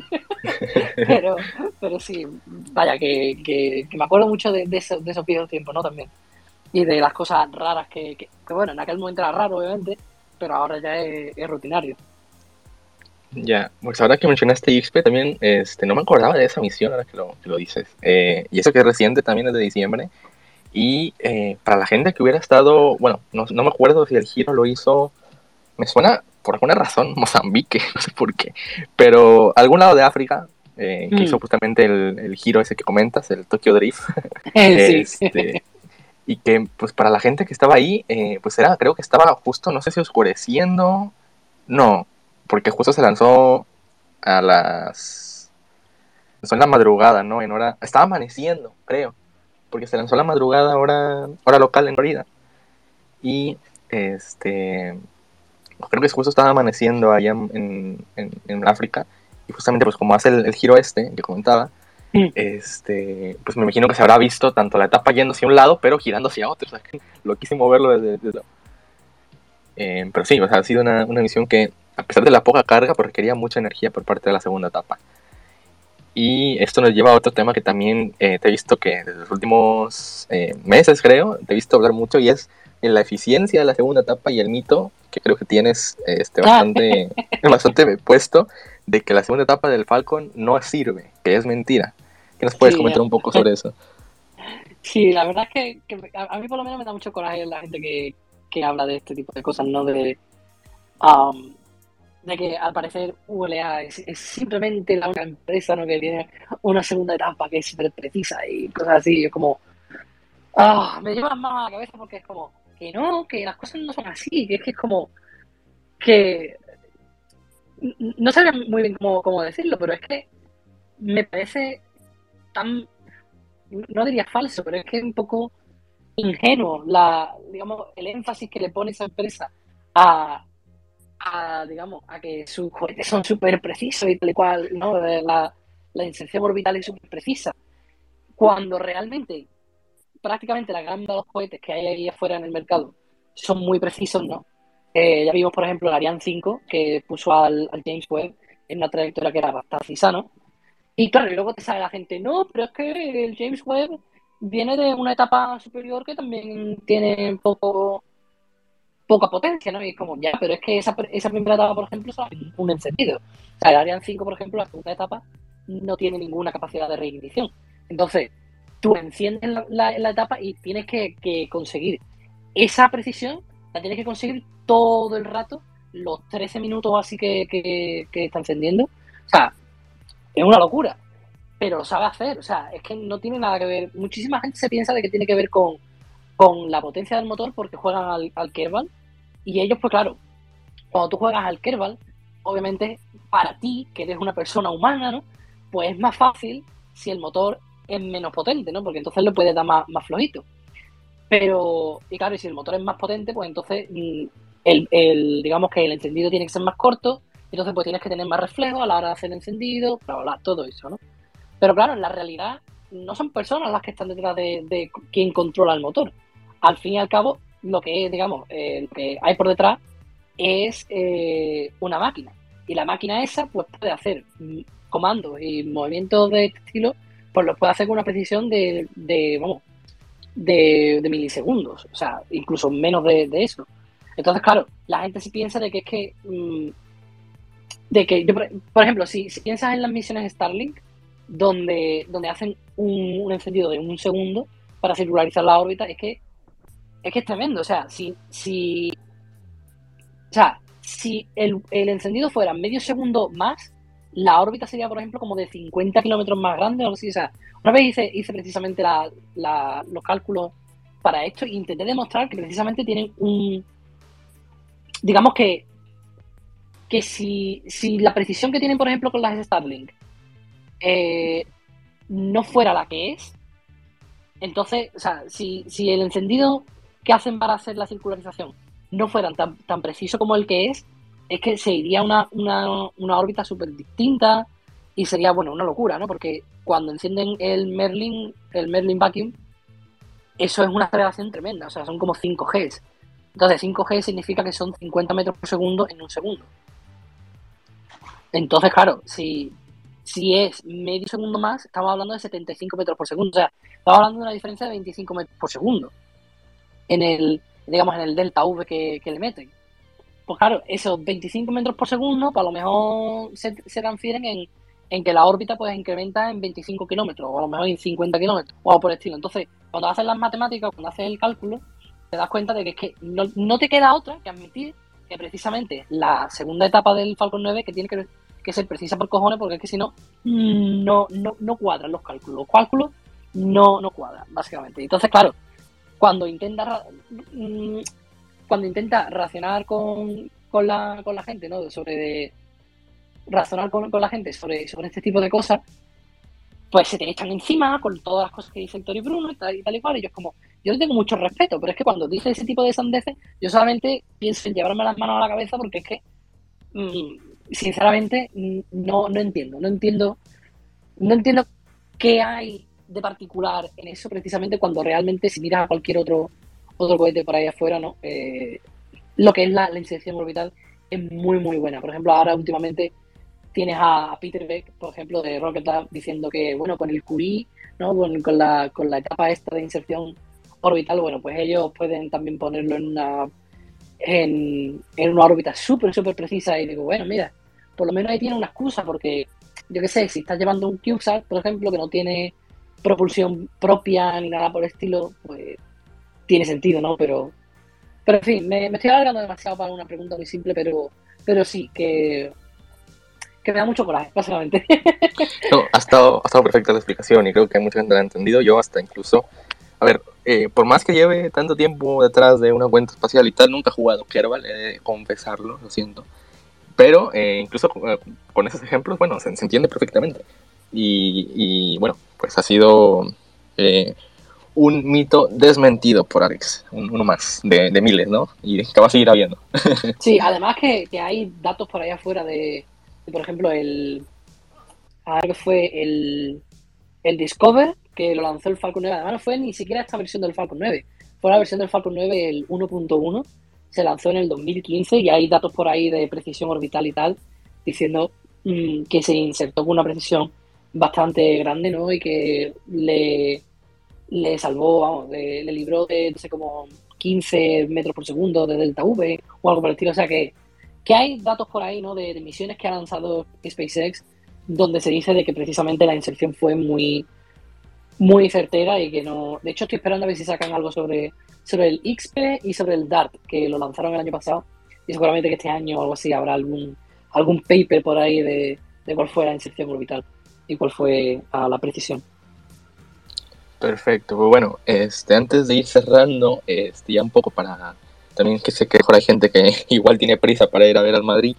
B: pero sí, vaya, que me acuerdo mucho de esos viejos tiempos, ¿no? También. Y de las cosas raras que bueno, en aquel momento era raro, obviamente, pero ahora ya es rutinario.
A: Ya, pues ahora que mencionaste XP también, no me acordaba de esa misión ahora que lo dices. Y eso que es reciente también, es de diciembre. Y para la gente que hubiera estado, bueno, no me acuerdo si el giro lo hizo, me suena por alguna razón Mozambique, no sé por qué, pero algún lado de África, que hizo justamente el giro ese que comentas, el Tokyo Drift.
B: Sí.
A: Y que pues para la gente que estaba ahí, pues creo que estaba justo, no sé si oscureciendo, no, porque justo se lanzó en la madrugada, ¿no? Estaba amaneciendo, creo, porque se lanzó a la madrugada, hora local en Florida. Y creo que justo estaba amaneciendo allá en África. Y justamente pues como hace el giro que comentaba, pues me imagino que se habrá visto tanto la etapa yendo hacia un lado, pero girando hacia otro. O sea, que lo quise moverlo desde pero sí, o sea, ha sido una misión que, a pesar de la poca carga, pues requería mucha energía por parte de la segunda etapa. Y esto nos lleva a otro tema que también te he visto que desde los últimos meses, creo, te he visto hablar mucho, y es en la eficiencia de la segunda etapa y el mito que creo que tienes bastante puesto, de que la segunda etapa del Falcon no sirve, que es mentira. ¿Qué nos puedes comentar un poco sobre eso?
B: Sí, la verdad es que a mí por lo menos me da mucho coraje la gente que habla de este tipo de cosas, ¿no? Um, de que al parecer ULA es simplemente la única empresa, ¿no? Que tiene una segunda etapa que es súper precisa y cosas así. Es como, me lleva las manos a la cabeza porque es como, que no, que las cosas no son así, que es como, que no sabía muy bien cómo decirlo, pero es que me parece tan, no diría falso, pero es que es un poco ingenuo digamos, el énfasis que le pone esa empresa a, digamos, a que sus cohetes son súper precisos y tal y cual, ¿no? La inserción orbital es súper precisa, cuando realmente prácticamente la gran mayoría de los cohetes que hay ahí afuera en el mercado son muy precisos, ¿no? Ya vimos, por ejemplo, el Ariane 5, que puso al James Webb en una trayectoria que era bastante precisa, ¿no? Y claro, y luego te sale la gente, no, pero es que el James Webb viene de una etapa superior que también tiene poca potencia, ¿no? Y es como, ya, pero es que esa primera etapa, por ejemplo, es un encendido. O sea, el Ariane 5, por ejemplo, la segunda etapa no tiene ninguna capacidad de reignición. Entonces, tú enciendes la etapa y tienes que conseguir esa precisión, la tienes que conseguir todo el rato, los 13 minutos así que está encendiendo. O sea, es una locura, pero lo sabe hacer. O sea, es que no tiene nada que ver. Muchísima gente se piensa de que tiene que ver con la potencia del motor porque juegan al Kerbal. Y ellos, pues claro, cuando tú juegas al Kerbal, obviamente para ti, que eres una persona humana, ¿no? Pues es más fácil si el motor es menos potente, ¿no? Porque entonces lo puedes dar más flojito. Pero, y claro, y si el motor es más potente, pues entonces digamos que el encendido tiene que ser más corto, entonces pues tienes que tener más reflejo a la hora de hacer el encendido, bla, bla, bla, todo eso, ¿no? Pero claro, en la realidad no son personas las que están detrás de quién controla el motor. Al fin y al cabo, lo que es, digamos, lo que hay por detrás es una máquina. Y la máquina esa, pues puede hacer comandos y movimientos de este estilo, pues los puede hacer con una precisión vamos, de milisegundos. O sea, incluso menos de eso. Entonces, claro, la gente sí piensa de que es que de que yo, por ejemplo, si piensas en las misiones Starlink, donde hacen un encendido de un segundo para circularizar la órbita, es tremendo. O sea, si el encendido fuera medio segundo más, la órbita sería, por ejemplo, como de 50 kilómetros más grande o algo así. O sea, una vez hice precisamente los cálculos para esto e intenté demostrar que precisamente tienen digamos que si la precisión que tienen, por ejemplo, con las Starlink no fuera la que es, entonces, o sea, si el encendido que hacen para hacer la circularización no fueran tan preciso como el que es que se iría una órbita súper distinta y sería, bueno, una locura, ¿no? Porque cuando encienden el Merlin Vacuum, eso es una aceleración tremenda, o sea, son como 5G. Entonces, 5G significa que son 50 metros por segundo en un segundo. Entonces, claro, si es medio segundo más, estamos hablando de 75 metros por segundo. O sea, estamos hablando de una diferencia de 25 metros por segundo digamos, en el delta V que le meten. Pues claro, esos 25 metros por segundo, pues a lo mejor se transfieren en que la órbita pues incrementa en 25 kilómetros, o a lo mejor en 50 kilómetros, o algo por el estilo. Entonces, cuando haces las matemáticas, cuando haces el cálculo, te das cuenta de que es que no te queda otra que admitir que precisamente la segunda etapa del Falcon 9 que tiene que ser precisa por cojones, porque es que si no, no cuadran los cálculos. Los cálculos no cuadran, básicamente. Entonces, claro, cuando intenta cuando intenta racionar con la gente, ¿no? Razonar con la gente sobre este tipo de cosas, pues se te echan encima con todas las cosas que dice el Tori Bruno y tal y cual. Y yo es como, yo le tengo mucho respeto, pero es que cuando dice ese tipo de sandeces, yo solamente pienso en llevarme las manos a la cabeza porque es que, sinceramente, no entiendo qué hay de particular en eso precisamente cuando realmente si miras a cualquier otro cohete por ahí afuera, ¿no? Lo que es la inserción orbital es muy, muy buena. Por ejemplo, ahora últimamente tienes a Peter Beck, por ejemplo, de Rocket Lab, diciendo que, bueno, con el Curie, ¿no? Con la etapa esta de inserción orbital, bueno, pues ellos pueden también ponerlo en una órbita súper, súper precisa. Y digo, bueno, mira, por lo menos ahí tiene una excusa, porque, yo qué sé, si estás llevando un CubeSat, por ejemplo, que no tiene propulsión propia ni nada por el estilo, pues tiene sentido, ¿no? Pero en fin, me estoy alargando demasiado para una pregunta muy simple, pero sí, que me da mucho coraje, básicamente.
A: No, ha estado perfecta la explicación y creo que mucha gente la ha entendido. Yo hasta incluso, a ver, por más que lleve tanto tiempo detrás de una cuenta espacial y tal, nunca he jugado Kerbal, he de confesarlo, lo siento. Pero incluso con esos ejemplos, bueno, se entiende perfectamente. Y bueno, pues ha sido un mito desmentido por Alex, uno más de miles, ¿no? Y que va a seguir habiendo.
B: Sí, además que hay datos por ahí afuera por ejemplo, ahora que fue el Discover, que lo lanzó el Falcon 9. Además, no fue ni siquiera esta versión del Falcon 9. Fue la versión del Falcon 9, el 1.1. Se lanzó en el 2015 y hay datos por ahí de precisión orbital y tal, diciendo que se insertó con una precisión bastante grande, ¿no? Y que le salvó, vamos, le libró de, no sé, como 15 metros por segundo de delta V o algo por el estilo. O sea que hay datos por ahí, ¿no? De misiones que ha lanzado SpaceX donde se dice de que precisamente la inserción fue muy, muy certera y que no... De hecho, estoy esperando a ver si sacan algo sobre el XP y sobre el DART, que lo lanzaron el año pasado. Y seguramente que este año o algo así habrá algún paper por ahí de cuál fue la inserción orbital y cuál fue la precisión.
A: Perfecto, pues bueno, antes de ir cerrando, ya un poco para también que sé que mejor hay gente que igual tiene prisa para ir a ver al Madrid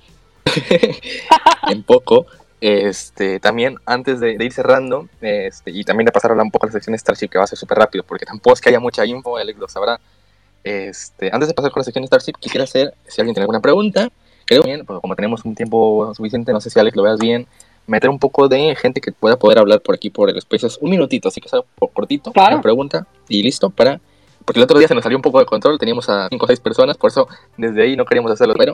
A: en poco. También antes de ir cerrando, y también de pasar a hablar un poco a la sección Starship, que va a ser súper rápido, porque tampoco es que haya mucha info, Alex lo sabrá. Antes de pasar con la sección Starship, quisiera hacer, si alguien tiene alguna pregunta, creo bien, pues como tenemos un tiempo suficiente, no sé si Alex lo veas bien, meter un poco de gente que pueda poder hablar por aquí por el Spaces, un minutito, así que sea cortito,
B: Claro.
A: una pregunta y listo porque el otro día se nos salió un poco de control, teníamos a 5 o 6 personas, por eso desde ahí no queríamos hacerlo, pero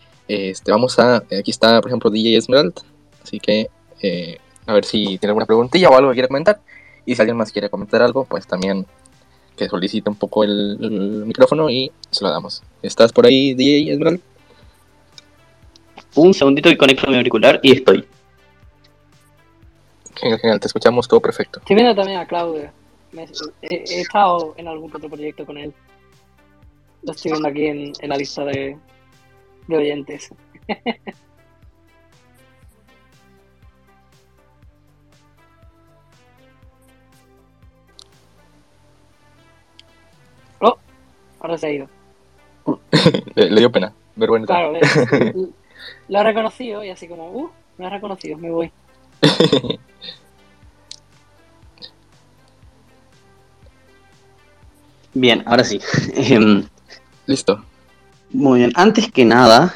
A: aquí está por ejemplo DJ Esmerald, así que a ver si tiene alguna preguntilla o algo que quiera comentar, y si alguien más quiere comentar algo, pues también que solicite un poco el micrófono y se lo damos. ¿Estás por ahí, DJ Esmerald?
D: Un segundito que conecto mi auricular y estoy.
A: Genial, te escuchamos todo perfecto.
B: Estoy viendo también a Claudio. He estado en algún otro proyecto con él. Lo estoy viendo aquí en la lista de oyentes. Oh, ahora se ha ido.
A: le dio pena, vergüenza.
B: Claro, lo he reconocido y así como, me ha reconocido, me voy.
D: Bien, ahora sí.
A: Listo.
D: Muy bien, antes que nada,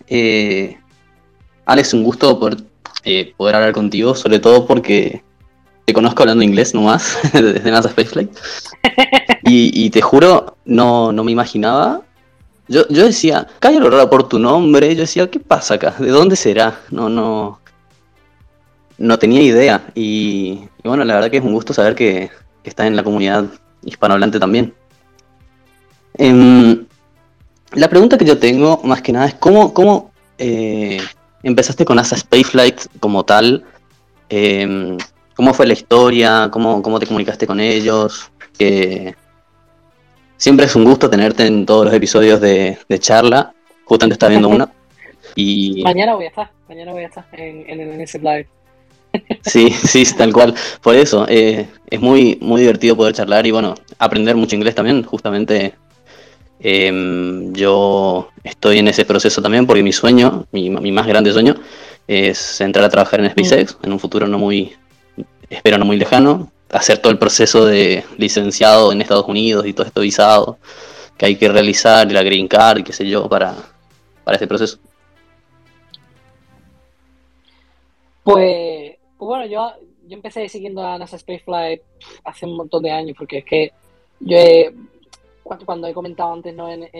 D: Alex, un gusto poder hablar contigo, sobre todo porque te conozco hablando inglés nomás, desde NASA Spaceflight. Y te juro, no me imaginaba. Yo decía, Cayo lo raro por tu nombre. Yo decía, ¿qué pasa acá? ¿De dónde será? No tenía idea. Y bueno, la verdad que es un gusto saber que estás en la comunidad hispanohablante también. La pregunta que yo tengo, más que nada, es ¿cómo empezaste con NASA Spaceflight como tal? ¿Cómo fue la historia? ¿Cómo te comunicaste con ellos? Que siempre es un gusto tenerte en todos los episodios de charla. Justamente estaba viendo una. Y
B: Mañana voy a estar en ese live.
D: sí, tal cual. Por eso, es muy, muy divertido poder charlar y bueno, aprender mucho inglés también, justamente. Yo estoy en ese proceso también porque mi sueño, mi más grande sueño, es entrar a trabajar en SpaceX en un futuro espero no muy lejano, hacer todo el proceso de licenciado en Estados Unidos y todo esto visado que hay que realizar, la green card y qué sé yo, para este proceso.
B: Pues bueno, yo empecé siguiendo a NASA Spaceflight hace un montón de años, porque es que yo cuando he comentado antes, ¿no? en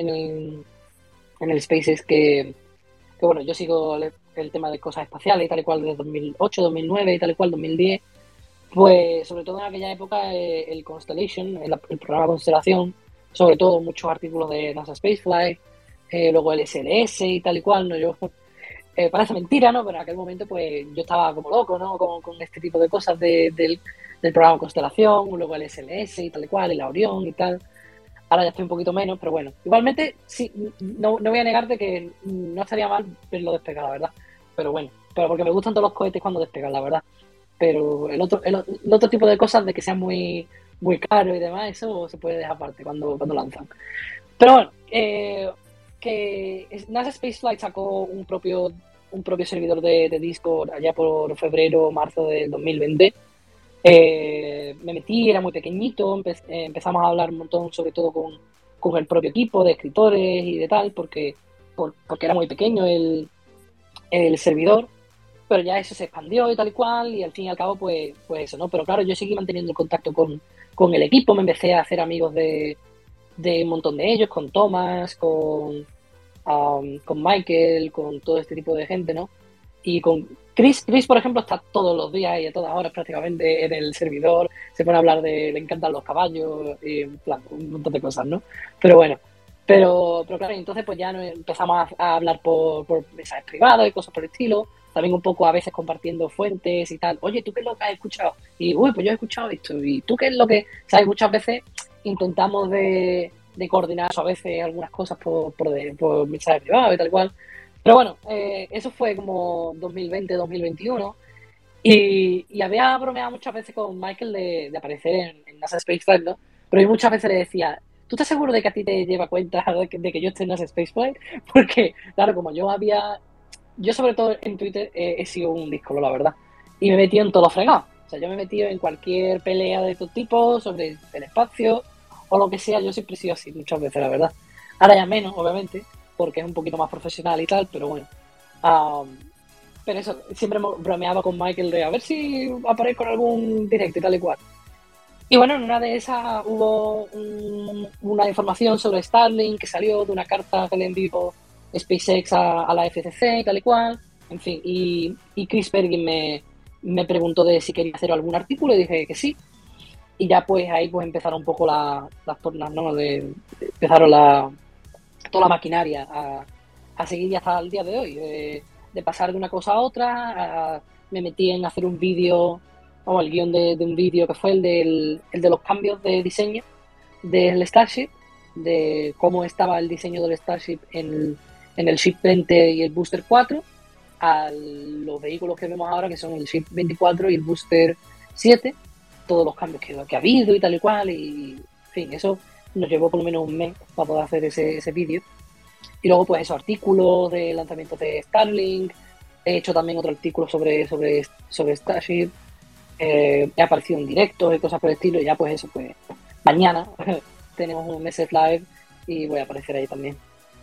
B: el Spaces que bueno, yo sigo el tema de cosas espaciales y tal y cual desde 2008, 2009 y tal y cual, 2010, pues sobre todo en aquella época el Constellation, el programa Constelación, sobre todo muchos artículos de NASA Spaceflight, luego el SLS y tal y cual, ¿no? parece mentira, ¿no? Pero en aquel momento, pues yo estaba como loco, ¿no? Con este tipo de cosas del programa Constelación, luego el SLS y tal y cual, y la Orión y tal. Ahora ya estoy un poquito menos, pero bueno. Igualmente, sí, no voy a negarte que no estaría mal verlo despegar, la verdad. Pero bueno, pero porque me gustan todos los cohetes cuando despegan, la verdad. Pero el otro tipo de cosas de que sean muy, muy caros y demás, eso se puede dejar aparte cuando lanzan. Pero bueno, que NASA Spaceflight sacó un propio servidor de Discord allá por febrero o marzo del 2020. Me metí, era muy pequeñito, empezamos a hablar un montón, sobre todo con el propio equipo de escritores y de tal, porque era muy pequeño el servidor, pero ya eso se expandió y tal y cual, y al fin y al cabo, pues eso, ¿no? Pero claro, yo seguí manteniendo el contacto con el equipo, me empecé a hacer amigos de un montón de ellos, con Thomas, con Michael, con todo este tipo de gente, ¿no? Y con Chris, por ejemplo, está todos los días y a todas horas prácticamente en el servidor, se pone a hablar le encantan los caballos y en plan, un montón de cosas, ¿no? Pero bueno, pero claro, entonces pues ya empezamos a hablar por mensajes privados y cosas por el estilo, también un poco a veces compartiendo fuentes y tal. Oye, ¿tú qué es lo que has escuchado? Y, uy, pues yo he escuchado esto. ¿Y tú qué es lo que...? ¿Sabes? Muchas veces intentamos de coordinar a veces algunas cosas por mensajes privados y tal cual. Pero bueno, eso fue como 2020, 2021. Y había bromeado muchas veces con Michael de aparecer en NASA Spaceflight, ¿no? Pero yo muchas veces le decía, ¿tú estás seguro de que a ti te lleva cuenta de que yo esté en NASA Spaceflight? Porque, claro, como yo sobre todo en Twitter he sido un díscolo, la verdad. Y me he metido en todo fregado. O sea, yo me he metido en cualquier pelea de todo tipo, sobre el espacio o lo que sea. Yo siempre he sido así muchas veces, la verdad. Ahora ya menos, obviamente, porque es un poquito más profesional y tal, pero bueno. Pero eso, siempre bromeaba con Michael de a ver si aparezco en algún directo y tal y cual. Y bueno, en una de esas hubo una información sobre Starlink que salió de una carta que le envió SpaceX a la FCC y tal y cual. En fin, y Chris Bergin me preguntó de si quería hacer algún artículo y dije que sí. Y ya pues ahí pues empezaron un poco las tornas, ¿no? Empezaron toda la maquinaria a seguir hasta el día de hoy. De pasar de una cosa a otra, me metí en hacer un vídeo, o el guión de un vídeo que fue el de los cambios de diseño del Starship, de cómo estaba el diseño del Starship en el Ship 20 y el Booster 4, a los vehículos que vemos ahora, que son el Ship 24 y el Booster 7, todos los cambios que ha habido y tal y cual, y en fin, eso nos llevó por lo menos un mes para poder hacer ese vídeo. Y luego, pues, esos artículos de lanzamiento de Starlink. He hecho también otro artículo sobre Starship. He aparecido en directo y cosas por el estilo. Y ya, pues, eso, pues, mañana tenemos un Meses Live y voy a aparecer ahí también.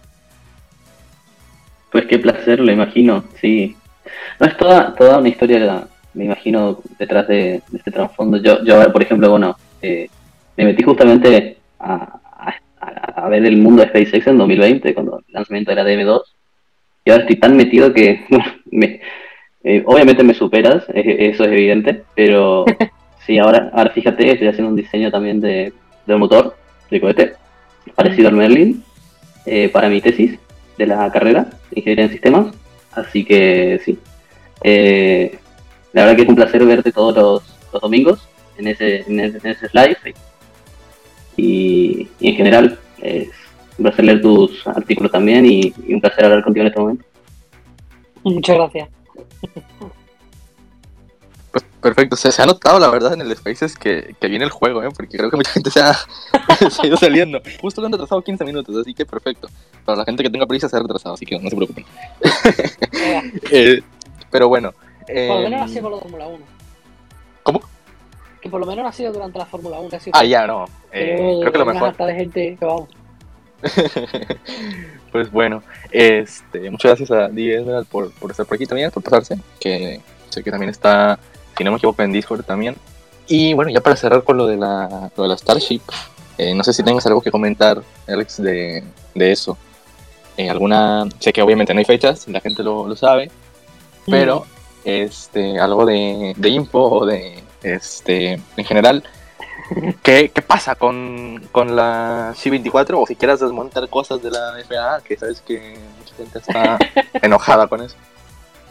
D: Pues qué placer, lo imagino, sí. No es toda una historia, me imagino, detrás de este trasfondo. Yo, por ejemplo, bueno, me metí justamente a ver el mundo de SpaceX en 2020, cuando el lanzamiento era DM2, y ahora estoy tan metido que, bueno, obviamente me superas, eso es evidente, pero sí, ahora fíjate, estoy haciendo un diseño también de motor, de cohete, parecido al Merlin, para mi tesis de la carrera de Ingeniería en Sistemas, así que sí. La verdad que es un placer verte todos los domingos en ese live, y en general es un placer leer tus artículos también y un placer hablar contigo en este momento.
B: Muchas gracias.
A: Pues perfecto, se ha notado la verdad en el Spaces que viene el juego, porque creo que mucha gente se ha ido saliendo. Justo lo han retrasado 15 minutos, así que perfecto. Para la gente que tenga prisa se ha retrasado, así que no se preocupen. Pero bueno.
B: Por lo menos ha sido por la Fórmula 1.
A: ¿Cómo?
B: Que por lo menos ha sido durante la Fórmula 1.
A: Ya, no. Creo que lo mejor.
B: De gente que vamos.
A: Pues bueno, muchas gracias a Di Esmeralda por estar por aquí también, por pasarse, que sé que también está, si no me equivoco, en Discord también. Y bueno, ya para cerrar con lo de la Starship, no sé si tengas algo que comentar, Alex, de eso. Sé que obviamente no hay fechas, la gente lo sabe, pero algo de info o de en general. ¿Qué pasa con la C-24? O si quieras desmontar cosas de la FAA, que sabes que mucha gente está enojada con eso.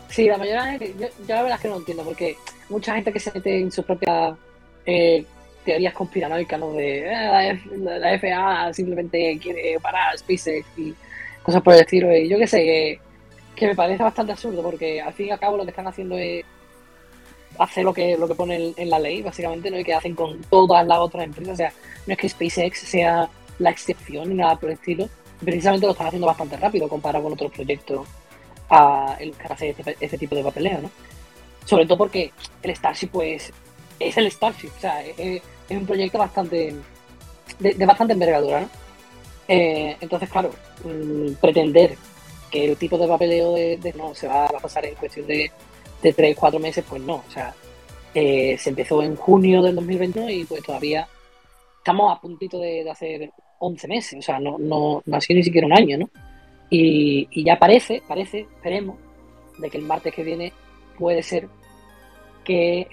B: Sí, la mayoría de la gente, yo la verdad es que no lo entiendo, porque mucha gente que se mete en sus propias teorías conspiranoicas, ¿no? De la FAA simplemente quiere parar SpaceX y cosas por el estilo, y yo qué sé, que me parece bastante absurdo, porque al fin y al cabo lo que están haciendo es hacer lo que pone en la ley, básicamente, ¿no? Y que hacen con todas las otras empresas. O sea, no es que SpaceX sea la excepción ni nada por el estilo, precisamente lo están haciendo bastante rápido comparado con otros proyectos en los que hace este tipo de papeleo, ¿no? Sobre todo porque el Starship, pues, es el Starship, o sea, es un proyecto bastante de bastante envergadura, ¿no? Entonces, claro, pretender que el tipo de papeleo no se va a pasar en cuestión de 3-4 meses, pues no, o sea, se empezó en junio del 2021 y pues todavía estamos a puntito de hacer 11 meses, o sea, no ha sido ni siquiera un año, ¿no? Y ya parece, esperemos, de que el martes que viene puede ser que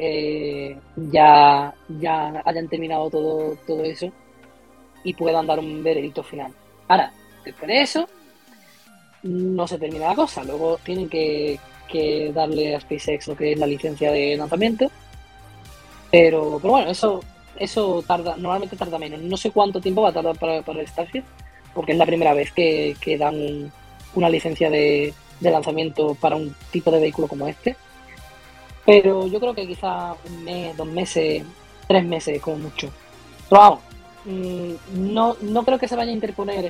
B: ya hayan terminado todo eso y puedan dar un veredicto final. Ahora, después de eso, no se termina la cosa. Luego tienen que darle a SpaceX lo que es la licencia de lanzamiento. Pero bueno, eso tarda, normalmente tarda menos. No sé cuánto tiempo va a tardar para el Starship, porque es la primera vez que dan una licencia de lanzamiento para un tipo de vehículo como este. Pero yo creo que quizá 1 mes, 2 meses, 3 meses como mucho. Pero vamos, no creo que se vaya a interponer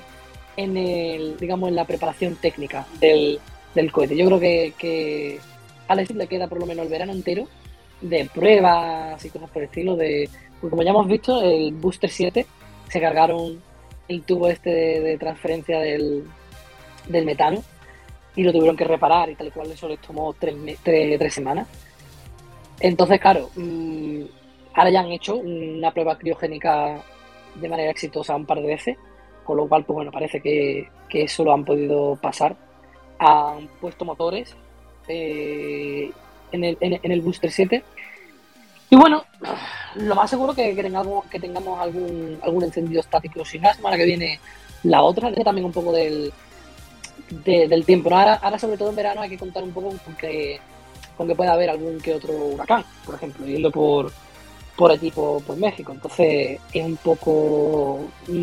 B: en la preparación técnica del cohete. Yo creo que a Alex le queda por lo menos el verano entero de pruebas y cosas por el estilo. Porque como ya hemos visto, el Booster 7 se cargaron el tubo este de transferencia del metano y lo tuvieron que reparar y tal y cual. Eso les tomó 3 semanas. Entonces, claro, ahora ya han hecho una prueba criogénica de manera exitosa un par de veces, con lo cual, pues bueno, parece que eso lo han podido pasar. Han puesto motores en el Booster 7. Y bueno, lo más seguro que tengamos algún encendido estático. Si no, la semana que viene la otra, también un poco del tiempo. ¿No? Ahora, sobre todo en verano, hay que contar un poco con que pueda haber algún que otro huracán, por ejemplo, yendo por allí, por México. Entonces es un poco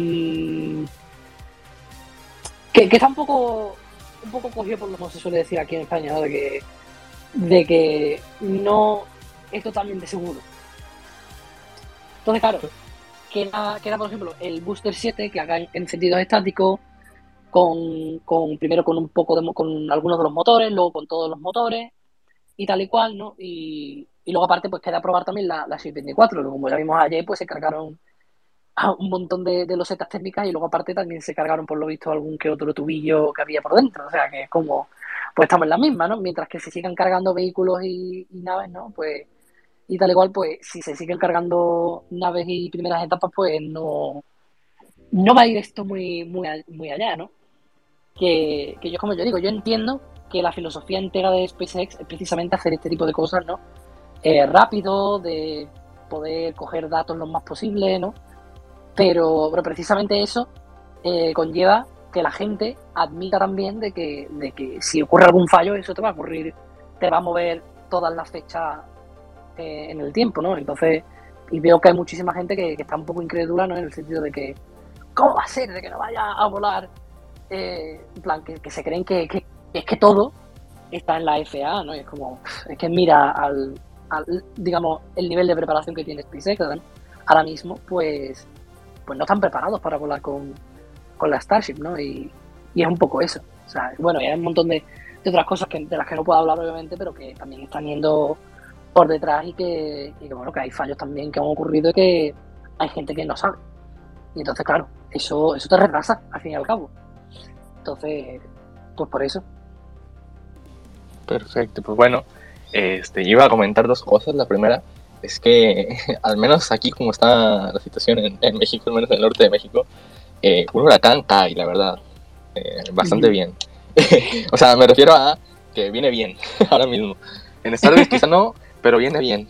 B: que está un poco cogido por lo que se suele decir aquí en España, ¿no? de que no es totalmente seguro. Entonces, claro, queda por ejemplo el Booster 7 que haga encendidos estáticos primero con un poco con algunos de los motores, luego con todos los motores y tal y cual, ¿no? Y luego aparte pues queda probar también la 624, que como ya vimos ayer, pues se cargaron a un montón de losetas térmicas y luego aparte también se cargaron por lo visto algún que otro tubillo que había por dentro, o sea que es como, pues estamos en la misma, ¿no? Mientras que se sigan cargando vehículos y naves, ¿no? Pues y tal y cual, pues si se siguen cargando naves y primeras etapas, pues no va a ir esto muy allá, ¿no? Que yo, como yo digo, yo entiendo que la filosofía entera de SpaceX es precisamente hacer este tipo de cosas, ¿no? Rápido, de poder coger datos lo más posible, ¿no? Pero precisamente eso conlleva que la gente admita también de que si ocurre algún fallo, eso te va a mover todas las fechas en el tiempo, ¿no? Entonces, y veo que hay muchísima gente que está un poco incrédula, ¿no? En el sentido de que, ¿cómo va a ser de que no vaya a volar? En plan, que se creen que es que todo está en la FAA, ¿no? Y es como, es que mira digamos, el nivel de preparación que tiene SpaceX, ¿no? Ahora mismo, pues no están preparados para volar con la Starship, ¿no? Y es un poco eso. O sea, bueno, y hay un montón de otras cosas de las que no puedo hablar, obviamente, pero que también están yendo por detrás y que bueno, que hay fallos también que han ocurrido y que hay gente que no sabe. Y entonces, claro, eso te retrasa, al fin y al cabo. Entonces, pues por eso.
A: Perfecto, pues bueno, iba a comentar 2 cosas. La primera es que, al menos aquí como está la situación en México, al menos en el norte de México, un huracán cae, la verdad, bastante bien. O sea, me refiero a que viene bien ahora mismo. En Estados quizá no, pero viene bien.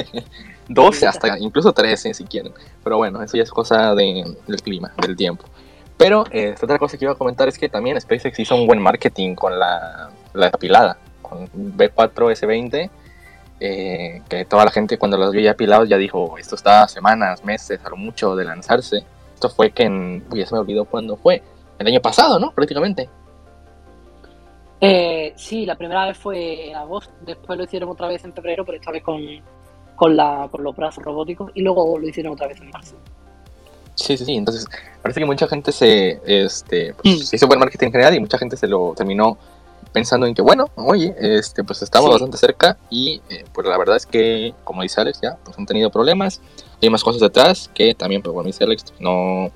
A: 12 hasta incluso 13 si quieren. Pero bueno, eso ya es cosa del clima, del tiempo. Pero esta otra cosa que iba a comentar es que también SpaceX hizo un buen marketing con la desapilada. B4S20, que toda la gente cuando los vio ya pilados ya dijo, esto está semanas, meses, a lo mucho de lanzarse. Esto fue que ya se me olvidó cuándo fue, el año pasado, ¿no? Prácticamente.
B: Sí, la primera vez fue en agosto, después lo hicieron otra vez en febrero, pero esta vez con los brazos robóticos, y luego lo hicieron otra vez en marzo.
A: Sí, entonces parece que mucha gente se hizo buen marketing en general y mucha gente se lo terminó pensando en que, bueno, oye, pues estamos bastante cerca y pues la verdad es que, como dice Alex, ya pues han tenido problemas, hay más cosas detrás que también, pues como dice Alex, no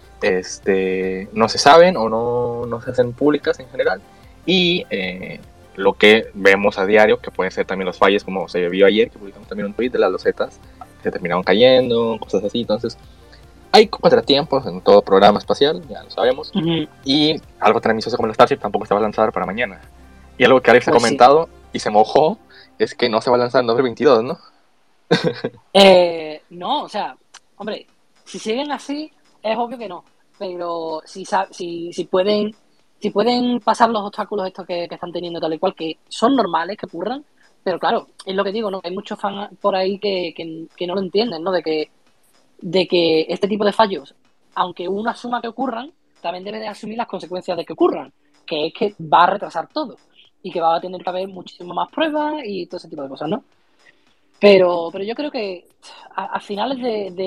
A: se saben o no se hacen públicas en general, y lo que vemos a diario, que pueden ser también los fallos, como se vio ayer, que publicamos también un tweet de las losetas, que terminaron cayendo, cosas así. Entonces hay contratiempos en todo programa espacial, ya lo sabemos. Y algo tan ambicioso como el Starship tampoco se va a lanzar para mañana. Y algo que Alex ha comentado y se mojó es que no se va a lanzar en 2022, ¿no?
B: No, o sea, hombre, si siguen así, es obvio que no. Pero si pueden pasar los obstáculos estos que están teniendo tal y cual, que son normales, que ocurran, pero claro, es lo que digo, ¿no? Hay muchos fans por ahí que no lo entienden, ¿no? De que este tipo de fallos, aunque uno asuma que ocurran, también debe de asumir las consecuencias de que ocurran, que es que va a retrasar todo y que va a tener que haber muchísimas más pruebas y todo ese tipo de cosas, ¿no? Pero yo creo que a finales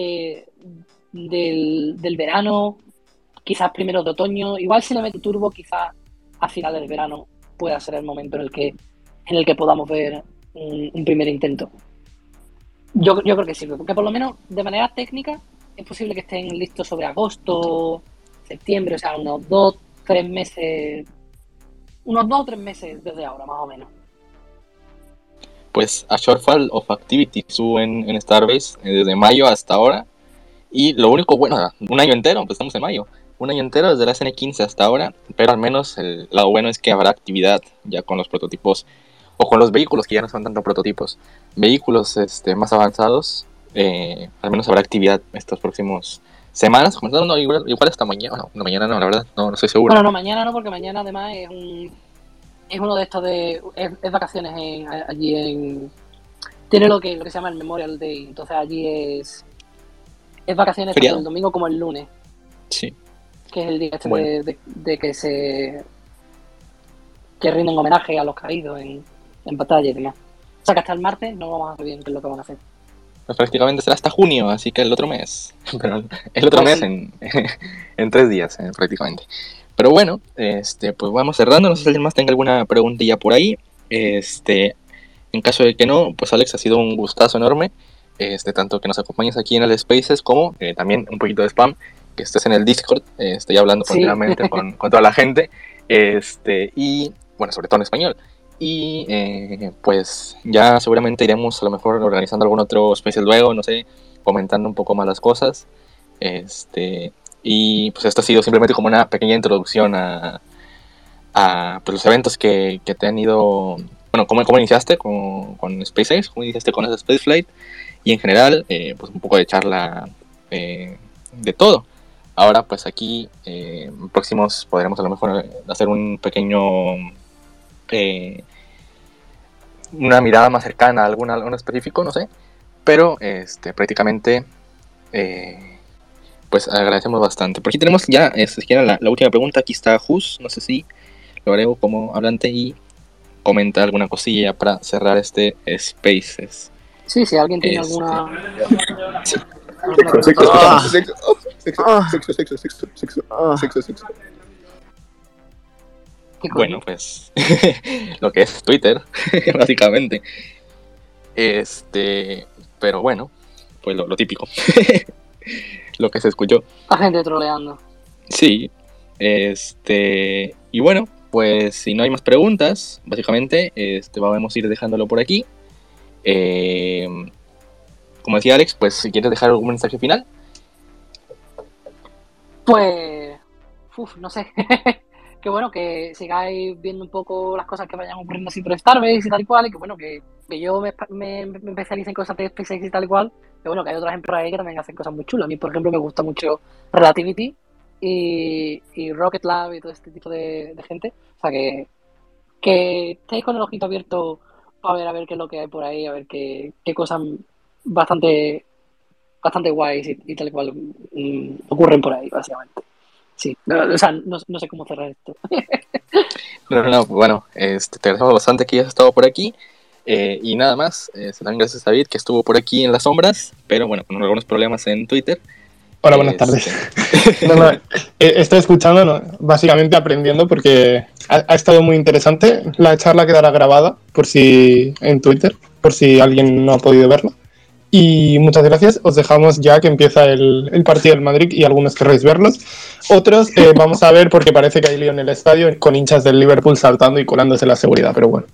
B: del verano, quizás primeros de otoño, igual si le mete turbo, quizás a finales del verano pueda ser el momento en el que podamos ver un primer intento. Yo creo que sí, porque por lo menos de manera técnica es posible que estén listos sobre agosto, septiembre, o sea, unos 2 o 3 meses desde ahora, más o menos.
A: Pues a Shortfall of Activity estuvo en Starbase desde mayo hasta ahora. Y lo único bueno, un año entero, pues estamos en mayo. Un año entero desde la SN15 hasta ahora. Pero al menos el lado bueno es que habrá actividad ya con los prototipos, o con los vehículos que ya no son tanto prototipos. Vehículos más avanzados. Al menos habrá actividad estas próximas semanas. Comenzando igual hasta mañana. No, mañana no, la verdad, no estoy seguro.
B: Bueno, no, mañana no, porque mañana además es uno de estos es vacaciones allí en... Tiene lo que se llama el Memorial Day, entonces allí es vacaciones tanto el domingo como el lunes.
A: Sí.
B: Que es el día de que rinden homenaje a los caídos en batalla y demás. O sea que hasta el martes no vamos a saber bien qué es lo que van a hacer.
A: Pues prácticamente será hasta junio, así que el otro mes. Pero el otro mes sí. en 3 días, prácticamente. Pero bueno, pues vamos cerrando. No sé si alguien más tenga alguna preguntilla por ahí. En caso de que no, pues Alex, ha sido un gustazo enorme. Tanto que nos acompañes aquí en el Spaces como también un poquito de spam, que estés en el Discord, estoy hablando continuamente con toda la gente, y bueno, sobre todo en español. Y pues ya seguramente iremos a lo mejor organizando algún otro Spaces luego, no sé, comentando un poco más las cosas. Y pues esto ha sido simplemente como una pequeña introducción a pues, los eventos que te han ido... Bueno, ¿cómo iniciaste con SpaceX? ¿Cómo iniciaste con esa Spaceflight? Y en general, pues un poco de charla de todo. Ahora, pues aquí, próximos podremos a lo mejor hacer un pequeño... una mirada más cercana a algún específico, no sé. Pero prácticamente... pues agradecemos bastante. Por aquí tenemos ya, la última pregunta. Aquí está Jus, no sé si lo haré como hablante y comenta alguna cosilla para cerrar este Spaces.
B: Sí, si alguien tiene alguna...
A: Sexo. Bueno, pues lo que es Twitter, básicamente. Pero bueno, pues lo típico. Lo que se escuchó.
B: La gente troleando.
A: Sí. Y bueno, pues si no hay más preguntas, básicamente, vamos a ir dejándolo por aquí. Como decía Alex, pues si quieres dejar algún mensaje final.
B: Pues... no sé. Que bueno, que sigáis viendo un poco las cosas que vayan ocurriendo así por Starbase y tal y cual, y que bueno, que yo me especialice en cosas de SpaceX y tal y cual, que bueno, que hay otras empresas ahí que también hacen cosas muy chulas. A mí, por ejemplo, me gusta mucho Relativity y Rocket Lab y todo este tipo de gente. O sea que estéis con el ojito abierto a ver qué es lo que hay por ahí, a ver qué cosas bastante, bastante guays y tal cual ocurren por ahí, básicamente. Sí, o sea, no sé cómo cerrar esto.
A: No, bueno, te agradecemos bastante que hayas estado por aquí. Y nada más, también gracias a David que estuvo por aquí en las sombras, pero bueno, con algunos problemas en Twitter.
C: Hola, buenas tardes.
A: Este,
C: No, estoy escuchando, no, básicamente aprendiendo porque ha estado muy interesante. La charla quedará grabada por si en Twitter, por si alguien no ha podido verla. Y muchas gracias. Os dejamos ya que empieza el partido del Madrid y algunos querréis verlos. Otros vamos a ver porque parece que hay lío en el estadio con hinchas del Liverpool saltando y colándose la seguridad, pero bueno.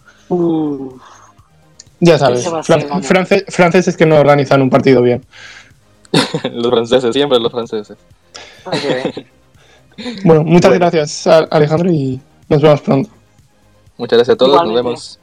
C: Ya
B: Eso
C: sabes,
B: va a ser, vamos.
C: franceses que no organizan un partido bien.
A: los franceses, siempre los franceses.
B: Hay que ver.
C: Bueno, muchas
A: Bueno,
C: gracias, Alejandro, y nos vemos pronto.
A: muchas gracias a todos, nos
B: Igualmente.
A: vemos.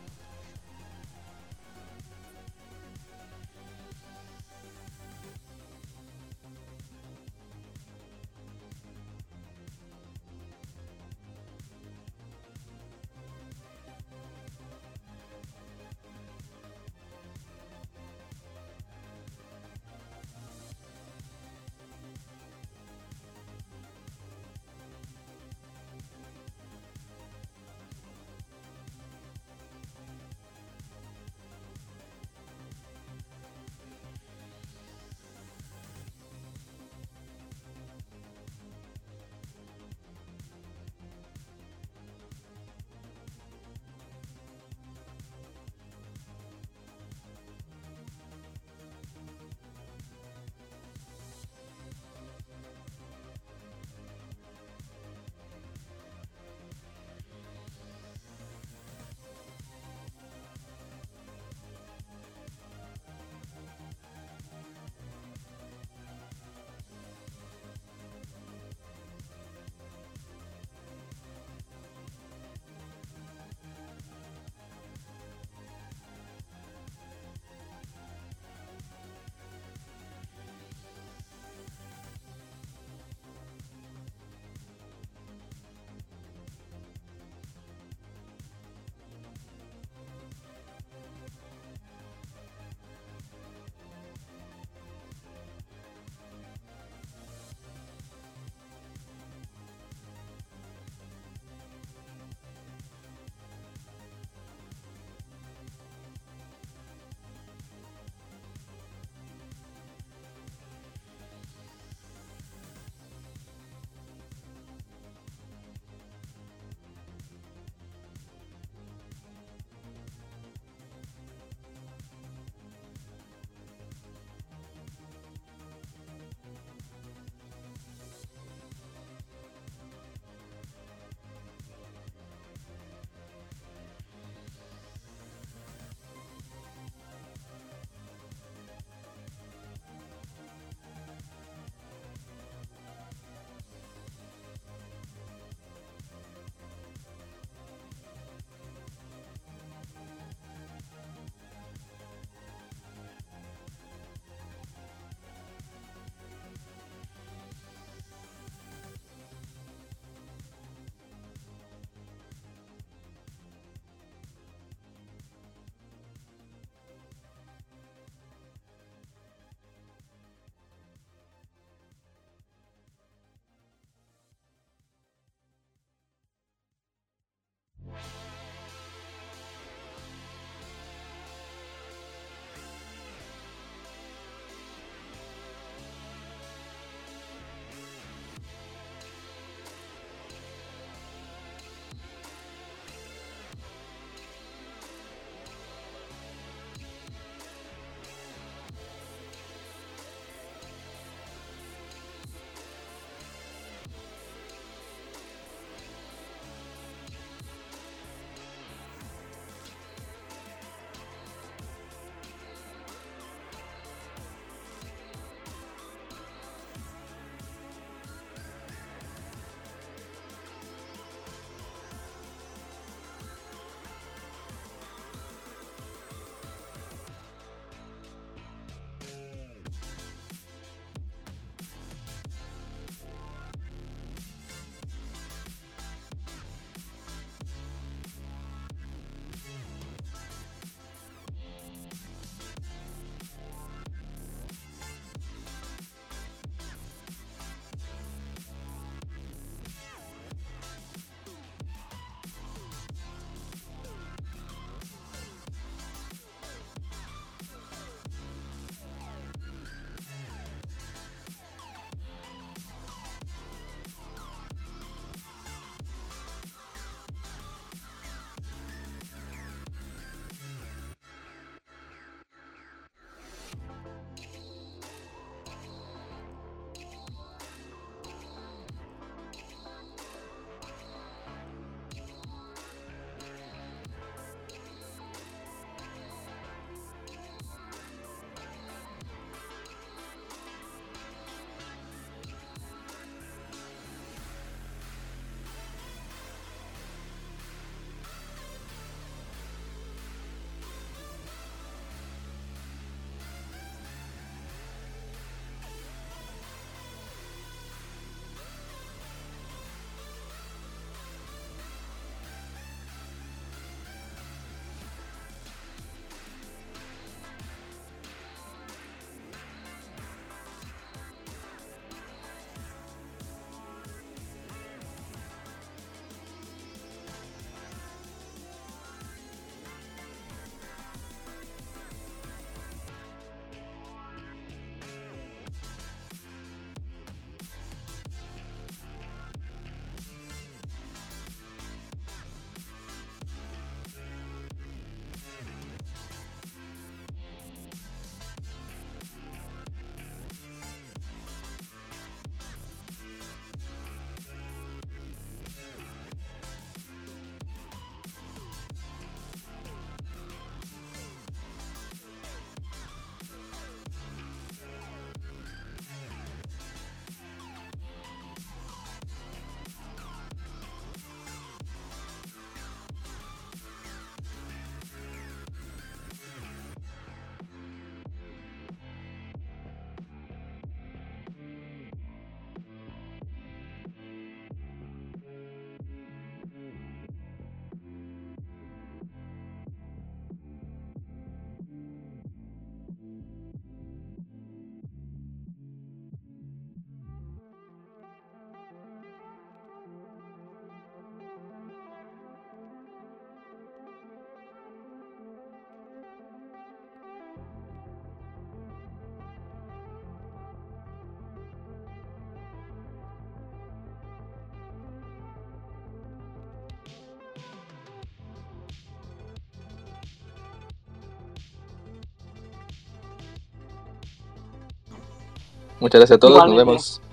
A: Muchas gracias a todos.
B: Igualmente.
A: Nos vemos.